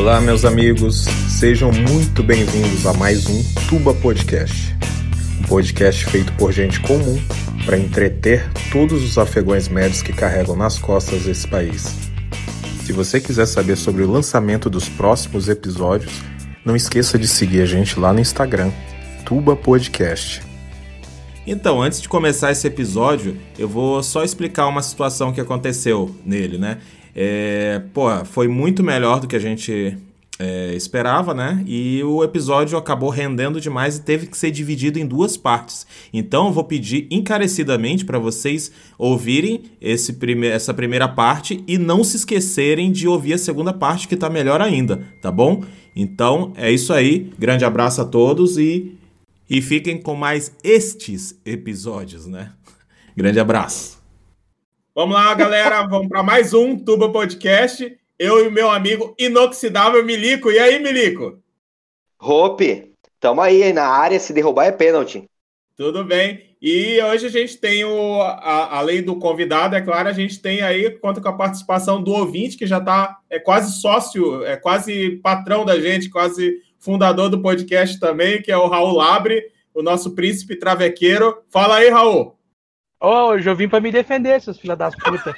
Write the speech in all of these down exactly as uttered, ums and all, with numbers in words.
Olá, meus amigos, sejam muito bem-vindos a mais um Tuba Podcast, um podcast feito por gente comum para entreter todos os afegões médios que carregam nas costas esse país. Se você quiser saber sobre o lançamento dos próximos episódios, não esqueça de seguir a gente lá no Instagram, Tuba Podcast. Então, antes de começar esse episódio, eu vou só explicar uma situação que aconteceu nele, né? É, pô, foi muito melhor do que a gente é, esperava, né? E o episódio acabou rendendo demais e teve que ser dividido em duas partes. Então, eu vou pedir encarecidamente para vocês ouvirem esse prime- essa primeira parte e não se esquecerem de ouvir a segunda parte, que tá melhor ainda, tá bom? Então, é isso aí. Grande abraço a todos e... E fiquem com mais estes episódios, né? Grande abraço. Vamos lá, galera. Vamos para mais um Tuba Podcast. Eu e o meu amigo inoxidável Milico. E aí, Milico? Hope, tamo aí na área. Se derrubar é pênalti. Tudo bem. E hoje a gente tem, o, a, além do convidado, é claro, a gente tem aí, conta com a participação do ouvinte, que já está é quase sócio, é quase patrão da gente, quase... fundador do podcast também, que é o Raul Labre, o nosso príncipe travequeiro. Fala aí, Raul. Ô, oh, hoje eu vim pra me defender, seus filhos das putas.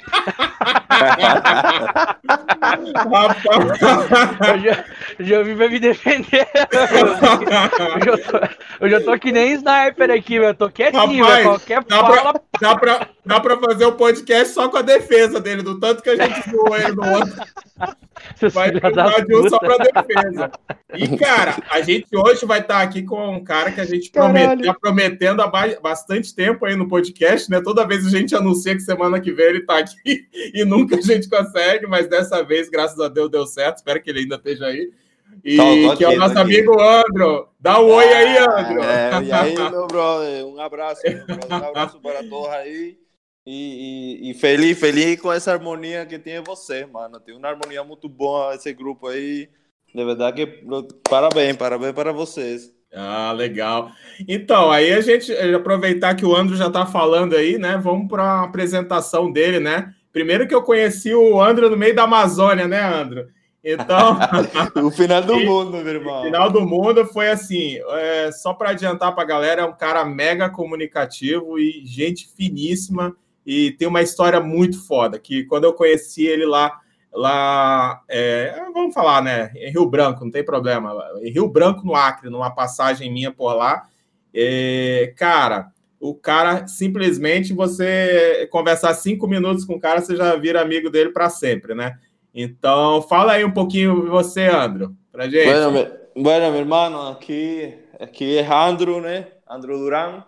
hoje, hoje eu vim pra me defender. Hoje eu tô, hoje eu tô que nem sniper aqui, eu tô quietinho. Rapaz, qualquer dá, fala... pra, dá, pra, dá pra fazer o um podcast só com a defesa dele, do tanto que a gente zoou ele no outro. Vai precisar de um só pra defesa. E, cara, a gente hoje vai estar aqui com um cara que a gente promete, tá prometendo há bastante tempo aí no podcast, né? Toda vez a gente anuncia que semana que vem ele tá aqui e nunca a gente consegue, mas dessa vez, graças a Deus, deu certo. Espero que ele ainda esteja aí. E tô, tô que aqui, é o nosso amigo aqui. Andro. Dá um oi ah, aí, Andro. É, e aí, meu brother? Um abraço, meu brother. Um abraço para todos aí. E, e, e feliz, feliz com essa harmonia que tem você, mano. Tem uma harmonia muito boa esse grupo aí. De verdade que parabéns, parabéns para vocês. Ah, legal. Então, aí a gente aproveitar que o Andro já tá falando aí, né? Vamos para a apresentação dele, né? Primeiro que eu conheci o Andro no meio da Amazônia, né, Andro? Então... o final do mundo, meu irmão. O final do mundo foi assim, é, só para adiantar para a galera, é um cara mega comunicativo e gente finíssima. E tem uma história muito foda, que quando eu conheci ele lá, lá é, vamos falar, né, em Rio Branco, não tem problema, em Rio Branco, no Acre, numa passagem minha por lá, é, cara, o cara, simplesmente, você conversar cinco minutos com o cara, você já vira amigo dele para sempre, né? Então, fala aí um pouquinho de você, Andro, pra gente. Bueno, me, bueno, meu irmão, aqui, aqui é Andro, né, Andro Duran.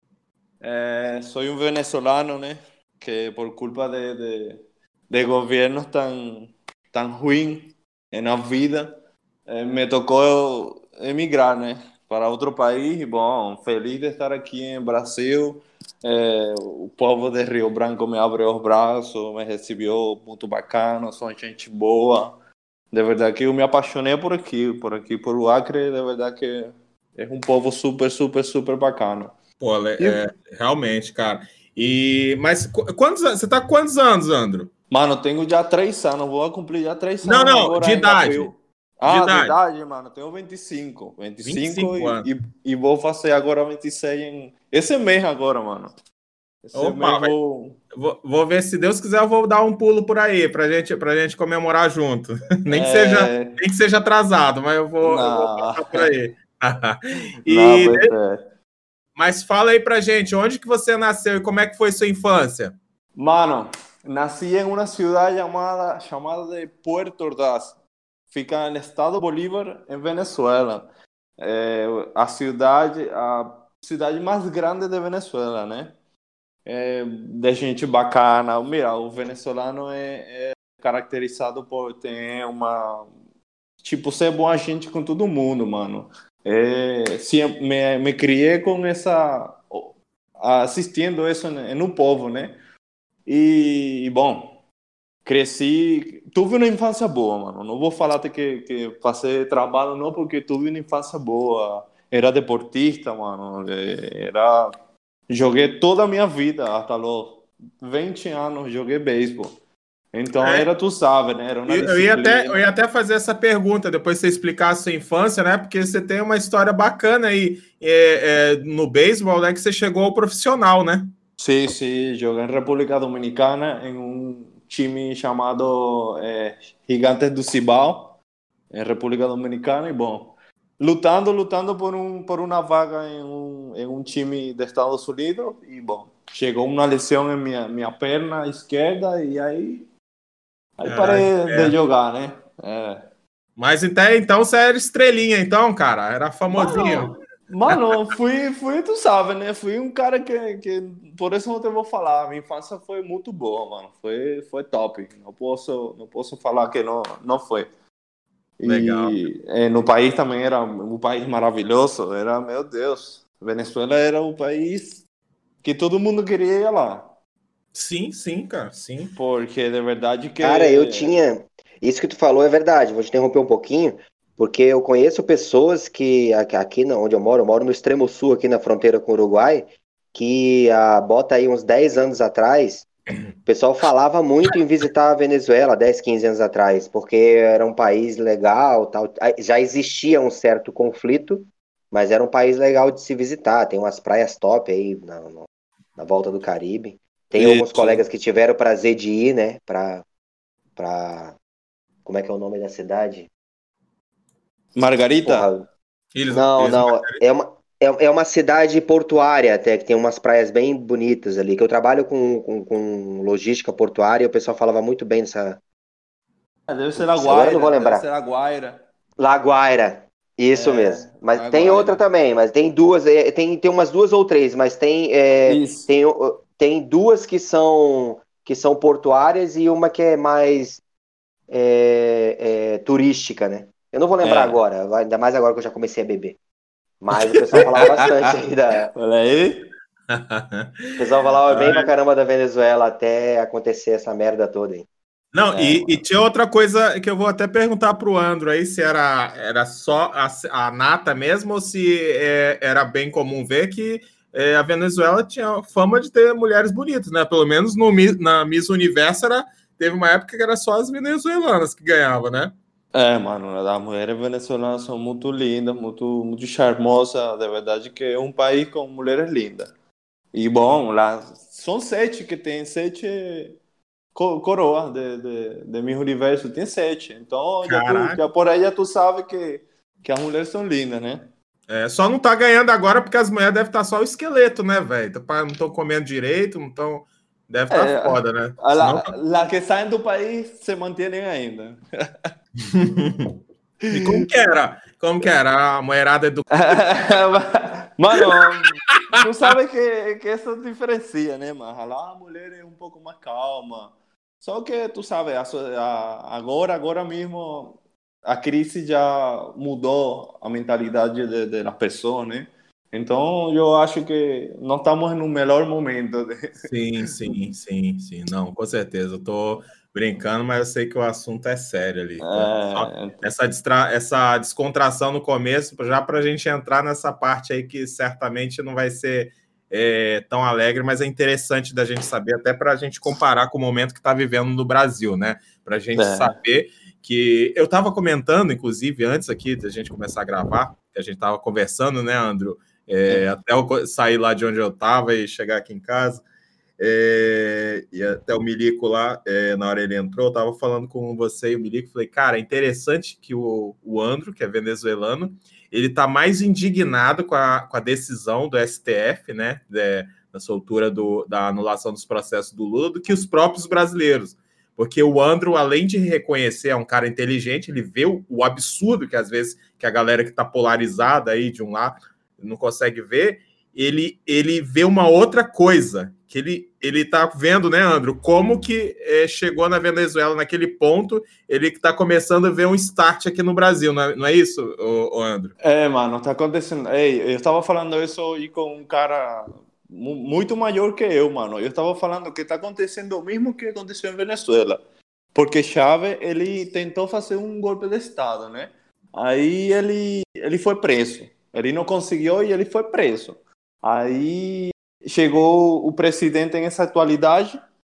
Eh, soy un venezolano, ¿no? Que por culpa de, de, de gobiernos tan, tan ruins en la vida, eh, me tocó emigrar, ¿no? Para otro país. Y bueno, feliz de estar aquí en Brasil. Eh, o povo de Rio Branco me abriu os braços, me recebeu muito bacana, são gente boa. De verdade que eu me apaixonei por aqui, por aqui, por o Acre. De verdade que é um povo super, super, super bacana. Pô, é, realmente, cara. E, mas quantos, você tá com quantos anos, Andro? Mano, eu tenho já três anos, vou cumprir já três não, anos. Não, não, de idade. De ah, idade. de idade, mano, eu tenho vinte e cinco. vinte e cinco, vinte e cinco e, e, e vou fazer agora vinte e seis em... Esse mês agora, mano. Esse Opa, mês vou... vou... Vou ver, se Deus quiser, eu vou dar um pulo por aí, pra gente, pra gente comemorar junto. nem, que é... seja, nem que seja atrasado, mas eu vou, eu vou passar por aí. e... Não, é. Mas fala aí pra gente, onde que você nasceu e como é que foi sua infância? Mano, nasci em uma cidade chamada, chamada de Puerto Ordaz. Fica no estado Bolívar, em Venezuela. É a cidade, a cidade mais grande de Venezuela, né? É de gente bacana. Mira, o venezuelano é, é caracterizado por ter uma... Tipo, ser boa gente com todo mundo, mano. É, sim, me, me criei com essa... assistindo isso no povo, né? E, bom, cresci... Tive uma infância boa, mano. Não vou falar que, que passei trabalho, não, porque tive uma infância boa. Era deportista, mano. Era... Joguei toda a minha vida, até os vinte anos, joguei beisebol. Então É. era, tu sabe, né? Era uma Eu, eu ia disciplina. até, eu ia até fazer essa pergunta, depois você explicar a sua infância, né? Porque você tem uma história bacana aí é, é, no beisebol, né? Que você chegou ao profissional, né? Sim, sim, joguei em República Dominicana em um time chamado eh, Gigantes do Cibao, em República Dominicana, e bom, lutando, lutando por um por uma vaga em um, em um time dos Estados Unidos, e bom, chegou uma lesão em minha minha perna esquerda e aí aí parei É. de jogar, né? É. Mas até então você era estrelinha, então, cara, era famosinho. Mano, mano, fui, fui, tu sabe, né? Fui um cara que, que, por isso não te vou falar. Minha infância foi muito boa, mano. Foi, foi top. Não posso, não posso falar que não, não foi. Legal. E eh, no país também era um país maravilhoso. Era, meu Deus, Venezuela era o país que todo mundo queria ir lá. Sim, sim, cara, sim. Porque de verdade que. Cara, eu tinha. Isso que tu falou é verdade. Vou te interromper um pouquinho, porque eu conheço pessoas que aqui aqui na- onde eu moro, eu moro no extremo sul, aqui na fronteira com o Uruguai, que ah, bota aí uns dez anos atrás, o pessoal falava muito em visitar a Venezuela, dez, quinze anos atrás, porque era um país legal, tal. Ah, já existia um certo conflito, mas era um país legal de se visitar. Tem umas praias top aí na, no- na volta do Caribe. Tem alguns Isso. colegas que tiveram o prazer de ir, né, pra, pra... Como é que é o nome da cidade? Margarita? Porra, Eles, não, eles... não, é uma, é, é uma cidade portuária até, que tem umas praias bem bonitas ali, que eu trabalho com, com, com logística portuária e o pessoal falava muito bem dessa... Deve ser a Putz, agora eu não vou Guaira, deve ser lembrar. a Guaira. La Guaira, isso mesmo. É, Mas a tem outra Guaira. também, mas tem duas, é, tem, tem umas duas ou três, mas tem, é, Isso. tem, tem duas que são, que são portuárias e uma que é mais é, é, turística, né? Eu não vou lembrar É. agora, ainda mais agora que eu já comecei a beber. Mas o pessoal falava bastante aí da... Olha aí. O pessoal falava bem pra caramba da Venezuela até acontecer essa merda toda aí. Não, É, e, mano. e tinha outra coisa que eu vou até perguntar pro Andro aí, se era, era só a, a nata mesmo ou se é, era bem comum ver que é, a Venezuela tinha fama de ter mulheres bonitas, né? Pelo menos no, Mi- na Miss Universo era, teve uma época que era só as venezuelanas que ganhavam, né? É, mano, as mulheres venezuelanas são muito lindas, muito, muito charmosas. De verdade que é um país com mulheres lindas. E bom, lá são sete que tem, sete co- coroas de, de, de Miss Universo, tem sete. Então, já, tu, Caraca. já por aí já tu sabe que, que as mulheres são lindas, né? É, só não tá ganhando agora porque as mulheres devem estar só o esqueleto, né, velho? Não estão comendo direito, não estão. Deve estar É, foda, né? a- Senão... la- las que saem do país se mantêm ainda. E como que era? Como que era? A mulherada do. Mano, tu sabe que, que isso diferencia, né, mano? Lá a mulher é um pouco mais calma. Só que tu sabe, a, so- a- agora, agora mesmo, a crise já mudou a mentalidade de, de das pessoas, né? Então, eu acho que não estamos no melhor momento. de- Sim, sim, sim, sim. Não, com certeza. Eu tô brincando, mas eu sei que o assunto é sério ali. Só É, essa, distra... essa descontração no começo, já para a gente entrar nessa parte aí que certamente não vai ser é, tão alegre, mas é interessante da gente saber, até para a gente comparar com o momento que está vivendo no Brasil, né? Para a gente É. saber que eu estava comentando, inclusive, antes aqui da gente começar a gravar, que a gente estava conversando, né, Andrew? É, até eu sair lá de onde eu estava e chegar aqui em casa, é, e até o Milico lá, é, na hora ele entrou, eu estava falando com você e o Milico, falei, cara, é interessante que o, o Andro, que é venezuelano, ele está mais indignado com a, com a decisão do S T F, né, de, da soltura do, da anulação dos processos do Lula, do que os próprios brasileiros. Porque o Andro, além de reconhecer, é um cara inteligente, ele vê o, o absurdo que às vezes que a galera que está polarizada aí de um lado não consegue ver, ele, ele vê uma outra coisa, que ele, ele tá vendo, né, Andro, como que é, chegou na Venezuela naquele ponto, ele que tá começando a ver um start aqui no Brasil, não é, não é isso, ô, ô Andro? É, mano, tá acontecendo. Ei, eu estava falando isso hoje com um cara mu- muito maior que eu, mano. Eu estava falando que tá acontecendo o mesmo que aconteceu em Venezuela. Porque Chávez, ele tentou fazer um golpe de Estado, né? Aí ele, ele foi preso. Ele não conseguiu e ele foi preso. Aí chegou o presidente em essa atualidade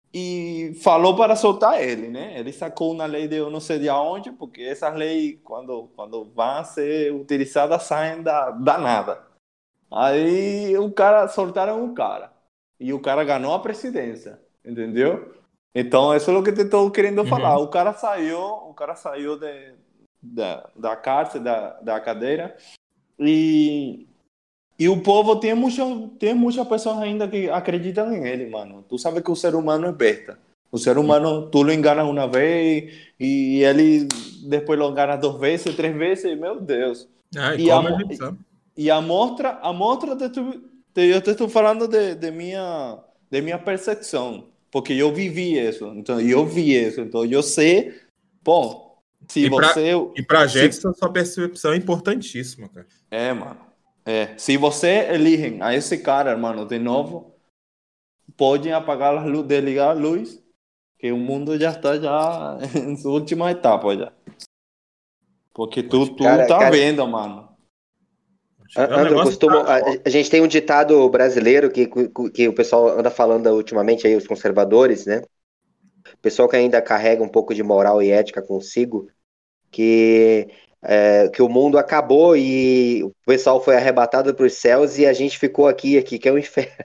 e falou para soltar ele, né? Ele sacou uma lei de eu não sei de onde, porque essas leis, quando, quando vão ser utilizadas, saem da, da nada. Aí o cara, soltaram o cara. E o cara ganhou a presidência, entendeu? Então, isso é o que eu estou querendo falar. Uhum. O cara saiu, o cara saiu de, da, da cárcel, da, da cadeira, e, e o povo tem, muito, tem muitas pessoas ainda que acreditam em ele, mano. Tu sabe que o ser humano é besta. O ser humano, tu lo enganas uma vez, e ele depois lo engana duas vezes, três vezes, meu Deus. Ah, e E a, como a mo- gente sabe. e a mostra, a mostra de tu, de- eu te estou falando de, de minha, de minha percepção, porque eu vivi isso, então eu vi isso, então eu sei, bom, se E pra, você, e pra gente, se, essa sua percepção é importantíssima, cara. é, mano, é, se você elegem a esse cara, mano, de novo, podem apagar as luzes, desligar a luz, que o mundo já está já em sua última etapa já, porque tu, tu Cara, tá cara- vendo, mano. É um André, eu negócio costumo, pra- a, a gente tem um ditado brasileiro que, que o pessoal anda falando ultimamente aí, os conservadores, né? O pessoal que ainda carrega um pouco de moral e ética consigo, que, é, que o mundo acabou e o pessoal foi arrebatado para os céus e a gente ficou aqui, aqui que é o inferno.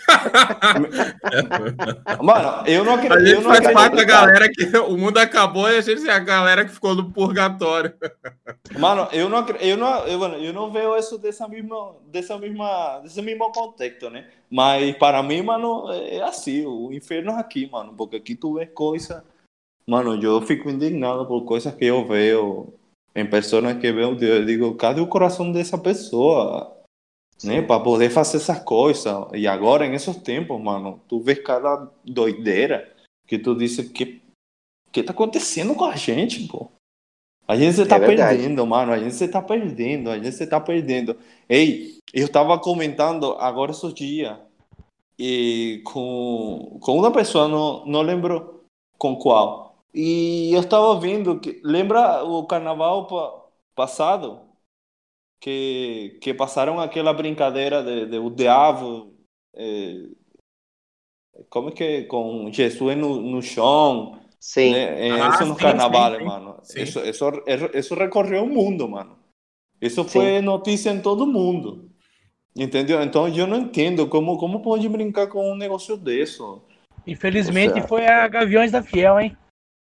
Mano, eu não A acredito, gente eu não faz parte da acredito. galera que o mundo acabou e a gente é a galera que ficou no purgatório. Mano, eu não, acre- eu não, eu, mano, eu não vejo isso dessa mesma, dessa mesma, desse mesmo contexto, né? Mas para mim, mano, é assim, o inferno é aqui, mano, porque aqui tu vê coisa, mano, eu fico indignado por coisas que eu vejo em pessoas que veem, eu digo, cadê o coração dessa pessoa, né? Para poder fazer essas coisas. E agora, em esses tempos, mano, tu vê cada doideira que tu disse que que tá acontecendo com a gente, pô. A gente se tá É verdade. perdendo, mano. A gente se tá perdendo. A gente se tá perdendo. Ei, eu tava comentando agora esses dias e com, com uma pessoa, não, não lembro com qual. E eu estava vendo que. Lembra o carnaval pa- passado? Que, que passaram aquela brincadeira de, de o diabo. eh, como é que é? Com Jesus no, no chão. Sim. Né? É, Ah, isso nos sim, carnavales, sim, sim. mano. Sim. Isso, isso, isso recorreu o mundo, mano. Isso Sim. foi notícia em todo mundo. Entendeu? Então eu não entendo como, como pode brincar com um negócio desse. Infelizmente Nossa. foi a Gaviões da Fiel, hein?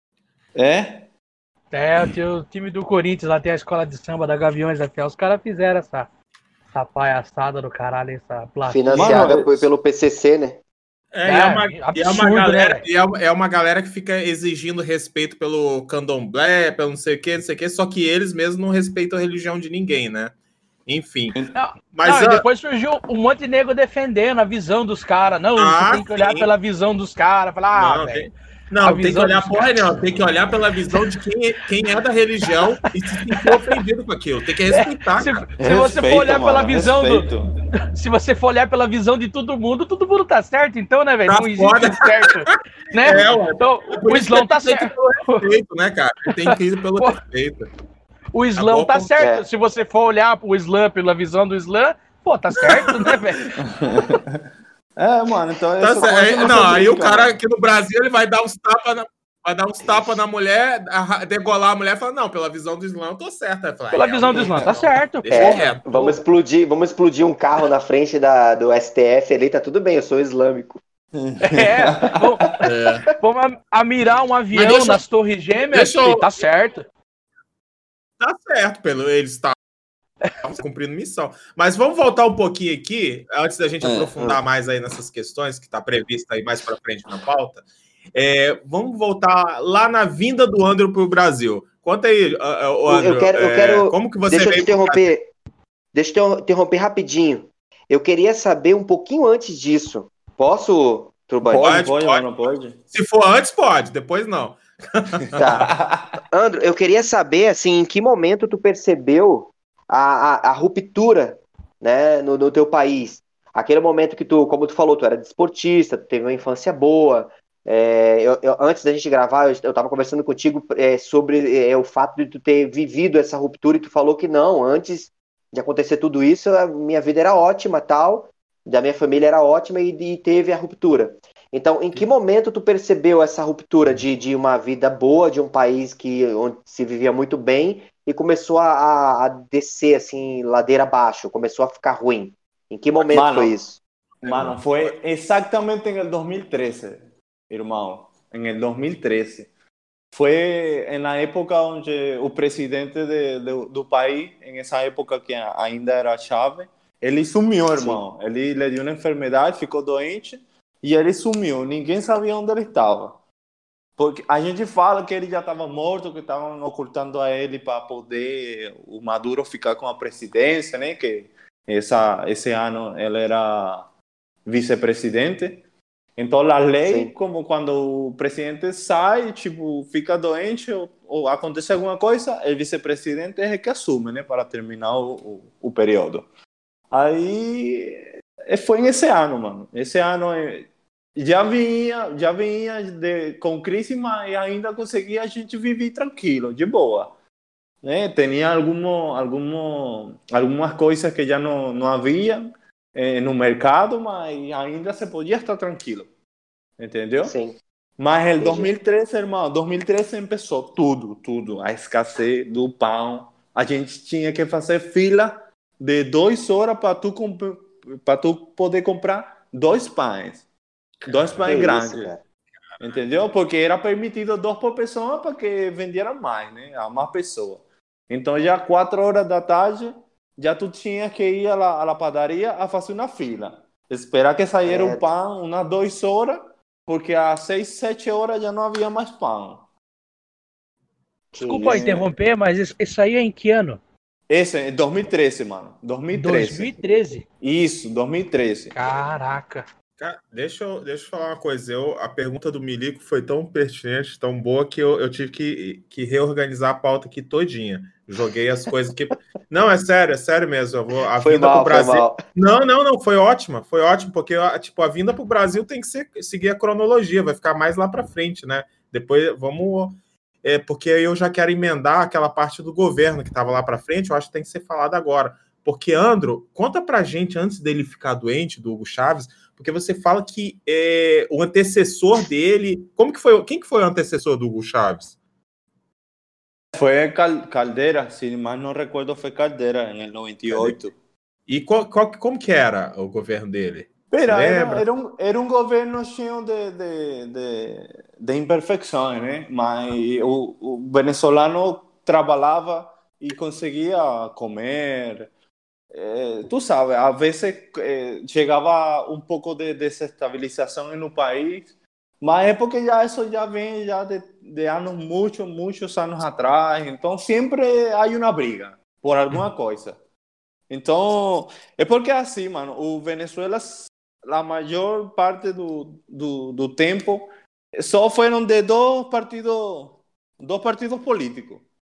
É? É, o teu- o time do Corinthians lá tem a escola de samba da Gaviões da Fiel. Os caras fizeram essa, essa palhaçada do caralho, essa blasfêmia. Financiada Mano, por- pelo P C C, né? É, e é uma, É, e é uma absurdo, galera, né, e é, uma- é uma galera que fica exigindo respeito pelo candomblé, pelo não sei o que, não sei o que, só que eles mesmos não respeitam a religião de ninguém, né? Enfim. Não, Mas não, e a- depois surgiu um monte de nego defendendo a visão dos caras. Não, Ah, você tem que olhar sim. pela visão dos caras. Falar, ah, Não, velho. tem, não, a tem que visão olhar dos porra, não, tem que olhar pela visão de quem é, quem é da religião e se sentir ofendido com aquilo. Tem que respeitar, Se, cara. se você for olhar pela mano, visão respeito. do. Se você for olhar pela visão de todo mundo, todo mundo tá certo, então, né, velho? Tá Não existe foda. o certo. Né? É, ué. Então, Por o isso Islão que tá tem que ir certo. pelo respeito, né, cara? Tem que ir pelo Pô. respeito. O Islão bom, tá como- certo. é. Se você for olhar pro Islã pela visão do Islã, pô, tá certo, né, velho? É, mano, então Tá essa certo. coisa Aí- não, não, se aí o brinca, cara mano. aqui no Brasil ele vai dar uns tapas na, vai dar uns tapas na mulher, arra- degolar a mulher e falar, não, pela visão do Islã eu tô certo. Aí fala, Pela "Ah, visão ok, do Islã, então, tá certo. Deixa É, quieto. vamos explodir, vamos explodir um carro na frente da, do S T F ali, tá tudo bem, eu sou islâmico. É, vamos, É. vamos a- a mirar um avião deixa eu- nas torres gêmeas, deixa eu- tá certo. Tá certo, pelo eles estavam cumprindo missão. Mas vamos voltar um pouquinho aqui, antes da gente É. aprofundar mais aí nessas questões que está prevista aí mais para frente na pauta. É, vamos voltar lá na vinda do Andrew para o Brasil. Conta aí, uh, uh, Andrew, eu quero, eu é, quero como que você deixa eu te veio pro interromper, deixa eu te interromper rapidinho. Eu queria saber um pouquinho antes disso. Posso, Turbante? Pode, Pode, pode, pode. mano, pode. Se for antes, pode, depois não. Tá. Andrew, eu queria saber, assim, em que momento tu percebeu a, a, a ruptura, né, no, no teu país. Aquele momento que tu, como tu falou, tu era desportista, tu teve uma infância boa. É, eu, eu- antes da gente gravar, eu, eu tava conversando contigo é, sobre é, o fato de tu ter vivido essa ruptura e tu falou que não, antes de acontecer tudo isso, a minha vida era ótima, tal, da minha família era ótima e, e teve a ruptura. Então, em que momento tu percebeu essa ruptura de, de uma vida boa, de um país que, onde se vivia muito bem, e começou a, a descer, assim, ladeira abaixo, começou a ficar ruim? Em que momento Mano, foi isso? Mano, fue exactamente en el dos mil trece, hermano, en el dos mil trece. Fue en la época donde el presidente de, de, do país, en esa época que ainda era Chávez, ele sumiu, irmão. Sim. Ele le dio uma enfermidade, ficou doente e ele sumiu. Ninguém sabia onde ele estava. Porque a gente fala que ele já estava morto, que estavam ocultando a ele para poder o Maduro ficar com a presidência, né? Que essa, esse ano ele era vice-presidente. Então, a lei, Sim. como quando o presidente sai, tipo, fica doente ou, ou acontece alguma coisa, o vice-presidente é que assume, né? Para terminar o, o, o período. Aí foi nesse ano, mano. Esse ano já vinha, já vinha de, com crise, mas ainda conseguia a gente viver tranquilo, de boa. Né? Tinha algumo, algumo, algumas coisas que já não, não havia eh, no mercado, mas ainda se podia estar tranquilo. Entendeu? Sim. Mas em dois mil e treze, irmão, dois mil e treze começou tudo, tudo. A escassez do pão. A gente tinha que fazer fila de duas horas para tu, para tu poder comprar dois pães. Dois pães que grandes. Isso, entendeu? Porque era permitido dois por pessoa para que vendieram mais, né? A mais pessoa. Então, já quatro horas da tarde, já tu tinha que ir à la, à la padaria a fazer uma fila. Esperar que saísse o é. pão umas duas horas, porque às seis, sete horas já não havia mais pão. Desculpa é. interromper, mas isso, isso aí é em que ano? Esse é dois mil e treze, mano. dois mil e treze. dois mil e treze? Isso, dois mil e treze. Caraca. Cara, deixa eu, deixa eu falar uma coisa. Eu, a pergunta do Milico foi tão pertinente, tão boa, que eu, eu tive que, que reorganizar a pauta aqui todinha. Joguei as coisas que... Não, é sério, é sério mesmo. Eu vou, a foi vinda mal, pro Brasil... Foi mal. Não, não, não, foi ótima, foi ótimo, porque tipo, a vinda pro Brasil tem que ser, seguir a cronologia, vai ficar mais lá para frente, né? Depois vamos... É, porque eu já quero emendar aquela parte do governo que estava lá para frente, eu acho que tem que ser falado agora. Porque, Andro, conta pra gente, antes dele ficar doente, do Hugo Chávez, porque você fala que é, o antecessor dele... Como que foi? Quem que foi o antecessor do Hugo Chávez? Foi Caldeira, se mal não recordo, foi Caldeira, em noventa e oito. E qual, qual, como que era o governo dele? Era, era, era, um, era um governo cheio de, de, de, de imperfeições, né? Mas o, o venezuelano trabalhava e conseguia comer... Eh, tu sabes, a veces eh, llegaba un poco de desestabilización en el país, mas es porque ya eso ya viene ya de, de años, muchos, muchos años atrás, entonces siempre hay una briga por alguna cosa. Entonces, es porque así, mano, o Venezuela, la mayor parte do, do, do tiempo, só fueron de dos partidos, dos partidos políticos.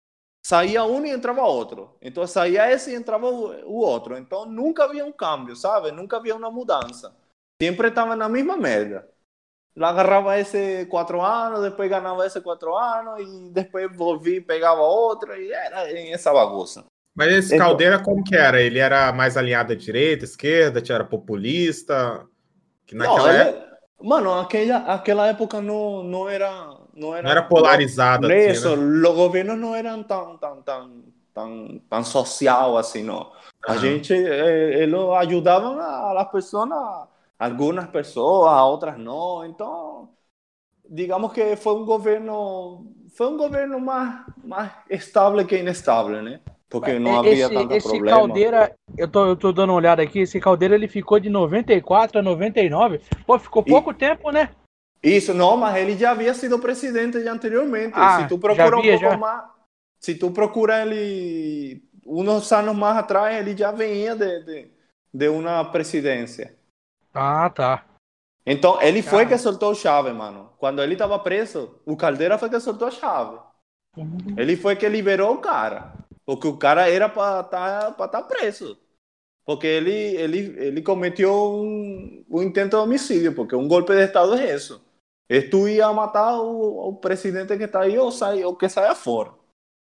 Saía um e entrava outro. Então saía esse e entrava o outro. Então nunca havia um cambio, sabe? Nunca havia uma mudança. Sempre estava na mesma merda. Lá agarrava esse quatro anos, depois ganhava esse quatro anos e depois volvia e pegava outro e era essa bagunça. Mas esse então, Caldeira como que era? Ele era mais alinhado à direita, à esquerda, era populista? Que naquela não, ele... época... Mano, aquela, aquela época não, não era... Não era, não era polarizada. Eso, assim, né? Los gobiernos no eran tan, tan, tan, tan, tan social así, no. A gente, eh, eles ajudavam a las personas, algunas pessoas, a outras não. Então, digamos que foi um governo, foi um governo mais, mais estável que inestável, né? Porque não havia esse, tanto esse problema. Caldeira, eu tô, eu tô dando uma olhada aqui, esse Caldeira ele ficou de noventa e quatro a noventa e nove. Pô, ficou pouco e... tempo, né? Isso, não, mas ele já havia sido presidente já anteriormente. Ah, se tu procura havia, um pouco já? mais, se tu procura ele uns anos mais atrás, ele já vinha de, de, de uma presidência. Ah, tá. Então, ele foi ah. que soltou a chave, mano. Quando ele estava preso, o Caldeira foi que soltou a chave. Uhum. Ele foi que liberou o cara. Porque o cara era para estar tá, tá preso. Porque ele, ele, ele cometeu um, um intento de homicídio, porque um golpe de Estado é isso. Tu ia matar o, o presidente que está aí ou, sai, ou que saia fora.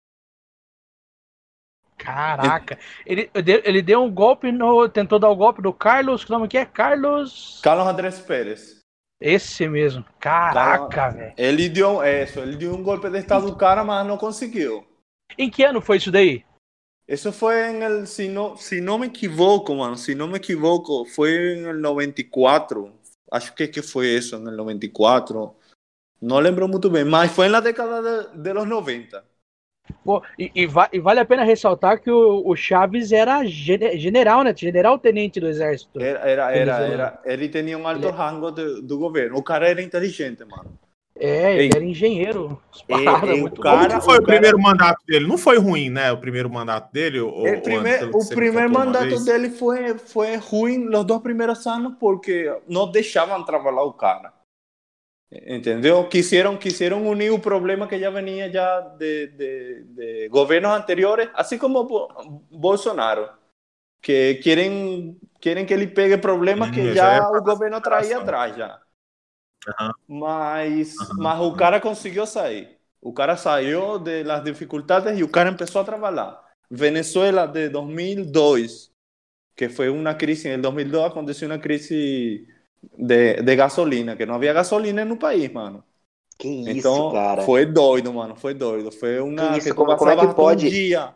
Caraca. Ele, ele deu um golpe, no, tentou dar o golpe do Carlos, que nome que é? Carlos... Carlos Andrés Pérez. Esse mesmo. Caraca, velho. Ele deu isso, ele deu um golpe de estado do cara, mas não conseguiu. Em que ano foi isso daí? Eso fue en el, si no, si no me equivoco, mano, si no me equivoco, fue en el noventa y cuatro. Acho que, que fue eso, en el noventa y cuatro. No lembro muito bem, mas foi na década de, de los noventa. Pô, e, e, va- e vale a pena ressaltar que o, o Chaves era gene- general, né? General-tenente do exército. Era, era, era, Venezuelano. era, ele tinha um alto Ele- rango de- do governo. O cara era inteligente, mano. É, ele Ei. era engenheiro. As Ei, paradas, ei, muito o cara- bom. Como que foi o o primeiro mandato dele? Não foi ruim, né? O primeiro mandato dele? O, El primer, o primeiro mandato dele foi, foi ruim los dois primeiros anos porque não deixavam trabalhar o cara. Entendeu? Quisieron, quisieron unir o problema que já venia já de, de, de governos anteriores, assim como Bo- Bolsonaro, que querem, querem que ele pegue problemas que Sim, já, já é o governo traía comparação. atrás já. Aham. Mas, Aham, mas o aham. cara conseguiu sair. O cara saiu de las dificuldades e o cara começou a trabalhar. Venezuela de dois mil e dois, que foi uma crise, em dois mil e dois aconteceu uma crise de, de gasolina, que não havia gasolina no país, mano. Que isso, Então, cara. foi doido, mano, foi doido. Foi uma Que isso, que tu como- como é que passava pode? um dia,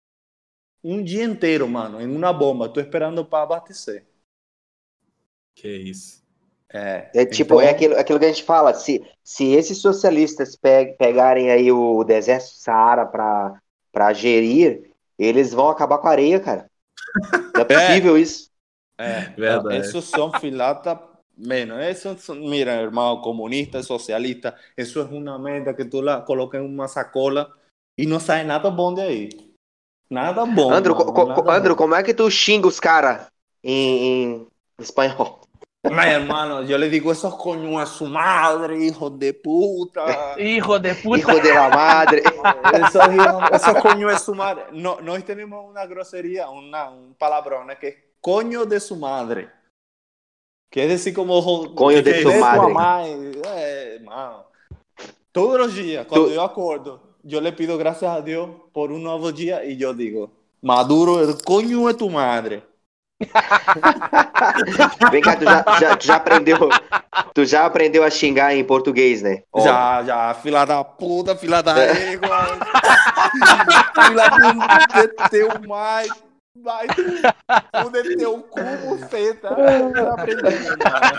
um dia inteiro, mano, em uma bomba, tô esperando para abastecer. Que isso. É, É tipo, então, é aquilo, aquilo que a gente fala, se, se esses socialistas pe- pegarem aí o deserto do Saara para para gerir, eles vão acabar com a areia, cara. Não é possível isso. É, Verdade. esos son filata menos. Eso son, mira, hermano, comunista, socialista, eso es una meta que tú la colocas en una sacola y no sale nada bom de ahí. Nada bom. Andro, mano, co- co- nada Andro, bom. como é que tu xinga os caras em, em espanhol? Ay, hermano, yo le digo esos coños a su madre, hijos de puta. Hijo de puta. Hijo de la madre. Esos, hijos- esos coños de su madre. No, nós tenemos una grosería, una, un palabrón que es coño de su madre. Que es decir, como jo- Coño que de es su madre. mãe. É, mano. Todos los días, cuando Tu- yo acordo, yo le pido gracias a Dios por un nuevo día y yo digo, Maduro, el coño de tu madre. Vem cá, tu já, já, tu já aprendeu. Tu já aprendeu a xingar em português, né? Óbvio. Já, já, fila da puta, fila da égua. Fila de teu mai. Vai, tu de teu cu, buceta. Tá aprendendo,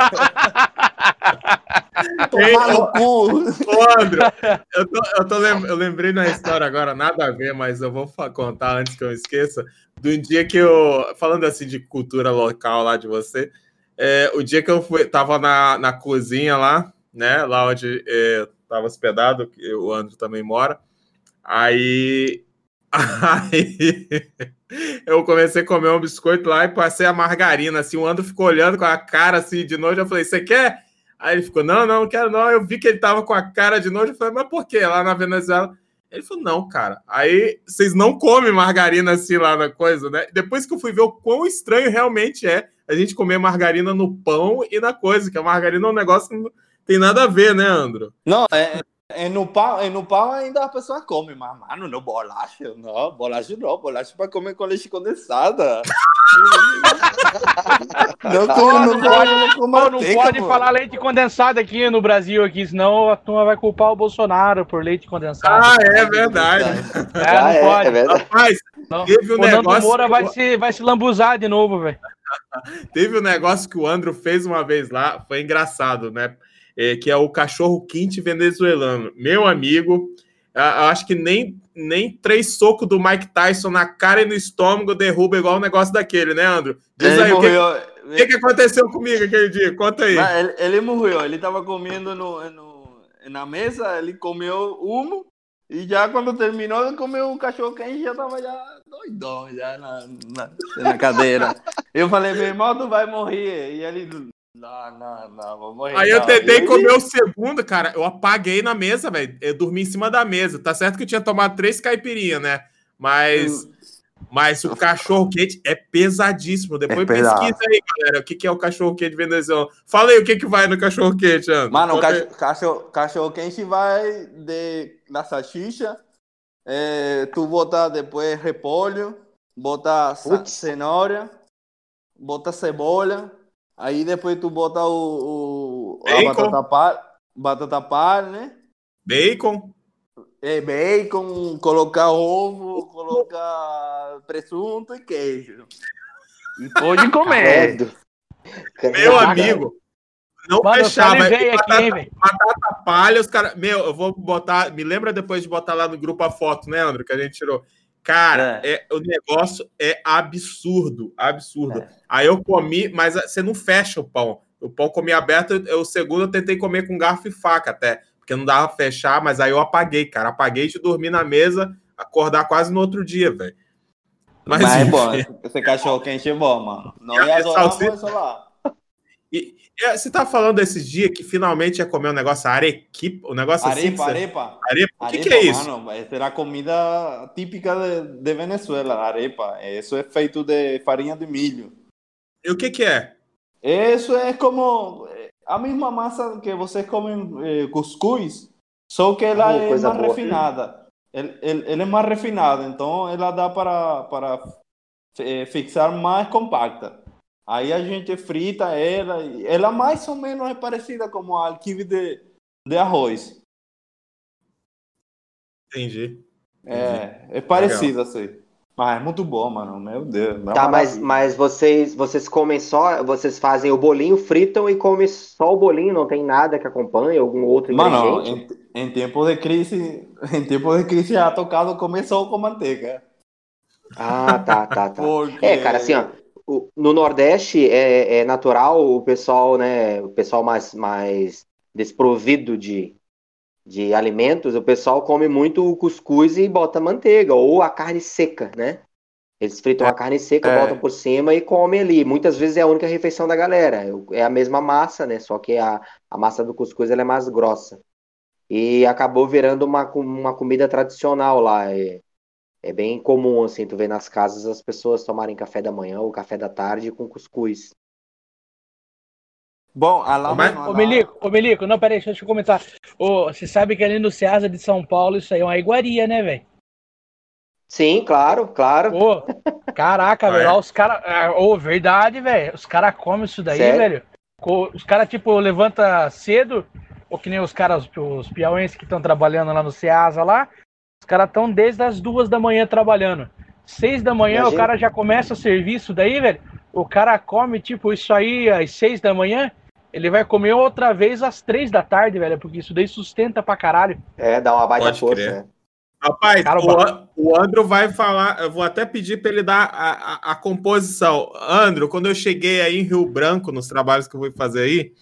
mano. Tomar no cu. Ô, André, eu, tô, eu, tô lem- eu lembrei na história agora, nada a ver, mas eu vou fa- contar antes que eu esqueça, do dia que eu, falando assim de cultura local lá de você, é, o dia que eu fui, tava na, na cozinha lá, né, lá onde é, tava hospedado, que o André também mora, aí, aí eu comecei a comer um biscoito lá e passei a margarina, assim, o André ficou olhando com a cara assim de nojo, eu falei, você quer? Aí ele ficou, não, não, não quero não. Eu vi que ele tava com a cara de nojo. Eu falei, mas por quê? Lá na Venezuela. Ele falou, não, cara. Aí vocês não comem margarina assim lá na coisa, né? Depois que eu fui ver o quão estranho realmente é a gente comer margarina no pão e na coisa, que a margarina é um negócio que não tem nada a ver, né, Andro? Não, é, é no pão, é no pão ainda a pessoa come, mas, mano, no bolacha, não, bolacha não, bolacha para comer com leite condensada. Não, Pô, como, não não pode, pode, com pô, não manteiga, pode pô. falar leite condensado aqui no Brasil, aqui, senão a turma vai culpar o Bolsonaro por leite condensado. Ah, é verdade. É, Ah, não é, pode. é verdade. Rapaz, Não. teve um O Nando negócio... Moura vai se, vai se lambuzar de novo, velho. Teve um negócio que o Andro fez uma vez lá, foi engraçado, né? É, que é o cachorro quente venezuelano. Meu amigo, eu acho que nem, nem três socos do Mike Tyson na cara e no estômago derruba igual um negócio daquele, né, Andro? Diz Ele aí, o que, morreu. o que, que aconteceu comigo aquele dia? Conta aí. Mas ele, ele morreu, ele estava comendo no, no, na mesa, ele comeu um, e já quando terminou de comer o cachorro quente, já estava já doidão, já na, na, na cadeira. Eu falei, meu irmão, tu vai morrer. E ele, não, não, não, vou morrer. Aí eu não. tentei E- comer o segundo, cara. Eu apaguei na mesa, velho. Eu dormi em cima da mesa. Tá certo que eu tinha tomado três caipirinhas, né? Mas, mas o cachorro quente é pesadíssimo. Depois É pesado. pesquisa aí, galera. O que, que é o cachorro quente venezuelano? Fala aí o que, que vai no cachorro quente, André. Mano, o Conta aí. cachorro, cachorro, cachorro quente vai de la salchicha, eh, tu bota depois repolho, bota sa- Putz. cenoura, bota cebola, aí depois tu bota o, o, a Bacon. batata palha, batata palha, né? Bacon. É, bacon, colocar ovo, colocar presunto e queijo. E pode comer. Credo. Meu Caraca. amigo, não Mano, eu fechava. salivei E aqui, batata, hein, velho. batata palha, os caras. Meu, eu vou botar. Me lembra depois de botar lá no grupo a foto, né, André? Que a gente tirou. Cara, É. é, o negócio é absurdo, absurdo. É. Aí eu comi, mas você não fecha o pão. O pão comi aberto, eu, o segundo eu tentei comer com garfo e faca até, porque não dava pra fechar, mas aí eu apaguei, cara. Apaguei de dormir na mesa, acordar quase no outro dia, velho. Mas, Mas, é bom, enfim. esse cachorro quente é bom, mano. Não E ia a adorar salsicha? isso lá. E, e você tá falando esses dias que finalmente ia comer um negócio arequipa, um negócio assim. que Arepa, você- arepa. Arepa? O que, Arepa, que é isso? mano, essa era a comida típica de, de Venezuela, arepa. Isso é feito de farinha de milho. E o que, que é? Isso é como a mesma massa que vocês comem eh, cuscuz, só que ela Oh, é coisa mais boa. refinada. Ele, ele, ele é mais refinado, então ela dá para, para eh, fixar mais compacta. Aí a gente frita ela, e ela mais ou menos é parecida com a alquibe de, de arroz. Entendi. É, é parecido assim. Mas é muito bom, mano. Meu Deus. É uma Tá, mas, maravilha. mas vocês, vocês comem só, vocês fazem o bolinho, fritam e comem só o bolinho, não tem nada que acompanhe, algum outro Mano, ingrediente? em, em tempo de crise, em tempo de crise já tocado comer só com manteiga. Ah, tá, tá, tá. Porque É, cara, assim, ó, o- no Nordeste é, é natural o pessoal, né, o pessoal mais, mais desprovido de, de alimentos, o pessoal come muito o cuscuz e bota manteiga, ou a carne seca, né? Eles fritam a carne seca, é. botam por cima e comem ali. Muitas vezes é a única refeição da galera. É a mesma massa, né? Só que a, a massa do cuscuz ela é mais grossa. E acabou virando uma, co- uma comida tradicional lá. É, é bem comum, assim, tu vê nas casas as pessoas tomarem café da manhã ou café da tarde com cuscuz. Bom, a lá, Ô, mas- mano, Ô, lá- Melico, ô, Melico, não, peraí, deixa eu comentar. Ô, você sabe que ali no Ceasa de São Paulo isso aí é uma iguaria, né, velho? Sim, claro, claro. Ô, caraca, Ah, velho, é? lá os caras. Ô, verdade, velho. Os caras comem isso daí, Sério? velho. Co- Os caras, tipo, levanta cedo, ou que nem os caras, os piauenses que estão trabalhando lá no Ceasa lá. Os caras estão desde as duas da manhã trabalhando. Seis da manhã Imagina. o cara já começa o serviço daí, velho. O cara come, tipo, isso aí às seis da manhã. Ele vai comer outra vez às três da tarde, velho. Porque isso daí sustenta pra caralho. É, dá uma baita Pode força, crer. né? Rapaz, Cara, o, An- o Andro vai falar, eu vou até pedir para ele dar a, a, a composição. Andro, quando eu cheguei aí em Rio Branco, nos trabalhos que eu fui fazer aí,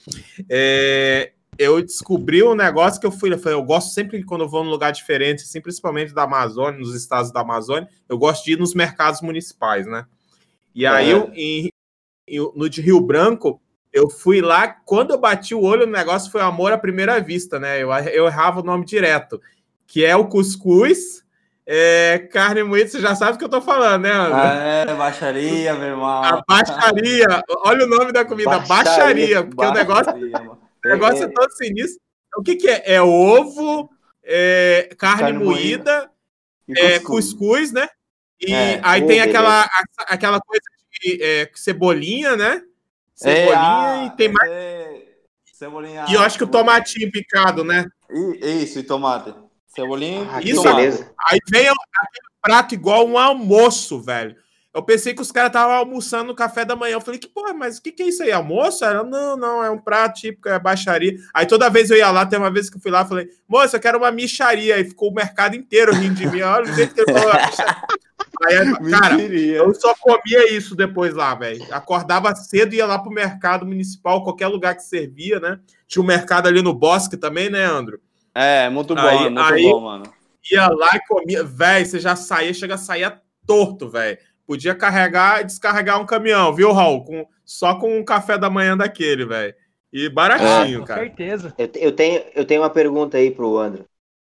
é, eu descobri um negócio que eu fui, eu falei, eu gosto sempre que quando eu vou num lugar diferente, assim, principalmente da Amazônia, nos estados da Amazônia, eu gosto de ir nos mercados municipais, né? E aí, É. eu, em, em- no de Rio Branco, eu fui lá, quando eu bati o olho no negócio, foi amor à primeira vista, né? Eu, eu errava o nome direto, que é o cuscuz, é, carne moída, você já sabe o que eu tô falando, né, André? É, baixaria, meu irmão. A baixaria, olha o nome da comida, baixaria, Baixaria. porque o negócio, Baixaria, mano. o negócio é, É, todo sinistro. O que que é? É ovo, é, carne, Carne moída, e é, cuscuz, né? E É. aí Oh, tem beleza. aquela, a- aquela coisa de é, cebolinha, né? É, Cebolinha ah, e tem mais. esse- Cebolinha. E eu acho que o tomatinho picado, né? E- Isso, e tomate. Cebolinha Ah, e que Isso, tomate. beleza. Aí vem aquele prato igual um almoço, velho. Eu pensei que os caras estavam almoçando no café da manhã. Eu falei, que porra, mas o que, que é isso aí? Almoço? Ela, não, não, é um prato típico, é baixaria. Aí toda vez eu ia lá, tem uma vez que eu fui lá, eu falei, moça, eu quero uma micharia. Aí ficou o mercado inteiro rindo de mim. Olha o jeito que ele falou, a micharia. Aí, cara, Mentiria. eu só comia isso depois lá, velho. Acordava cedo, ia lá pro mercado municipal, qualquer lugar que servia, né? Tinha um mercado ali no Bosque também, né, Andro? É, muito bom, Aí- muito aí- bom, mano. Ia lá e comia. Velho, você já saía, chega a sair torto, velho. Podia carregar e descarregar um caminhão, viu, Raul? Com, só com um café da manhã daquele, velho. E baratinho, Com cara. certeza. Eu, eu tenho, eu tenho uma pergunta aí pro Andro.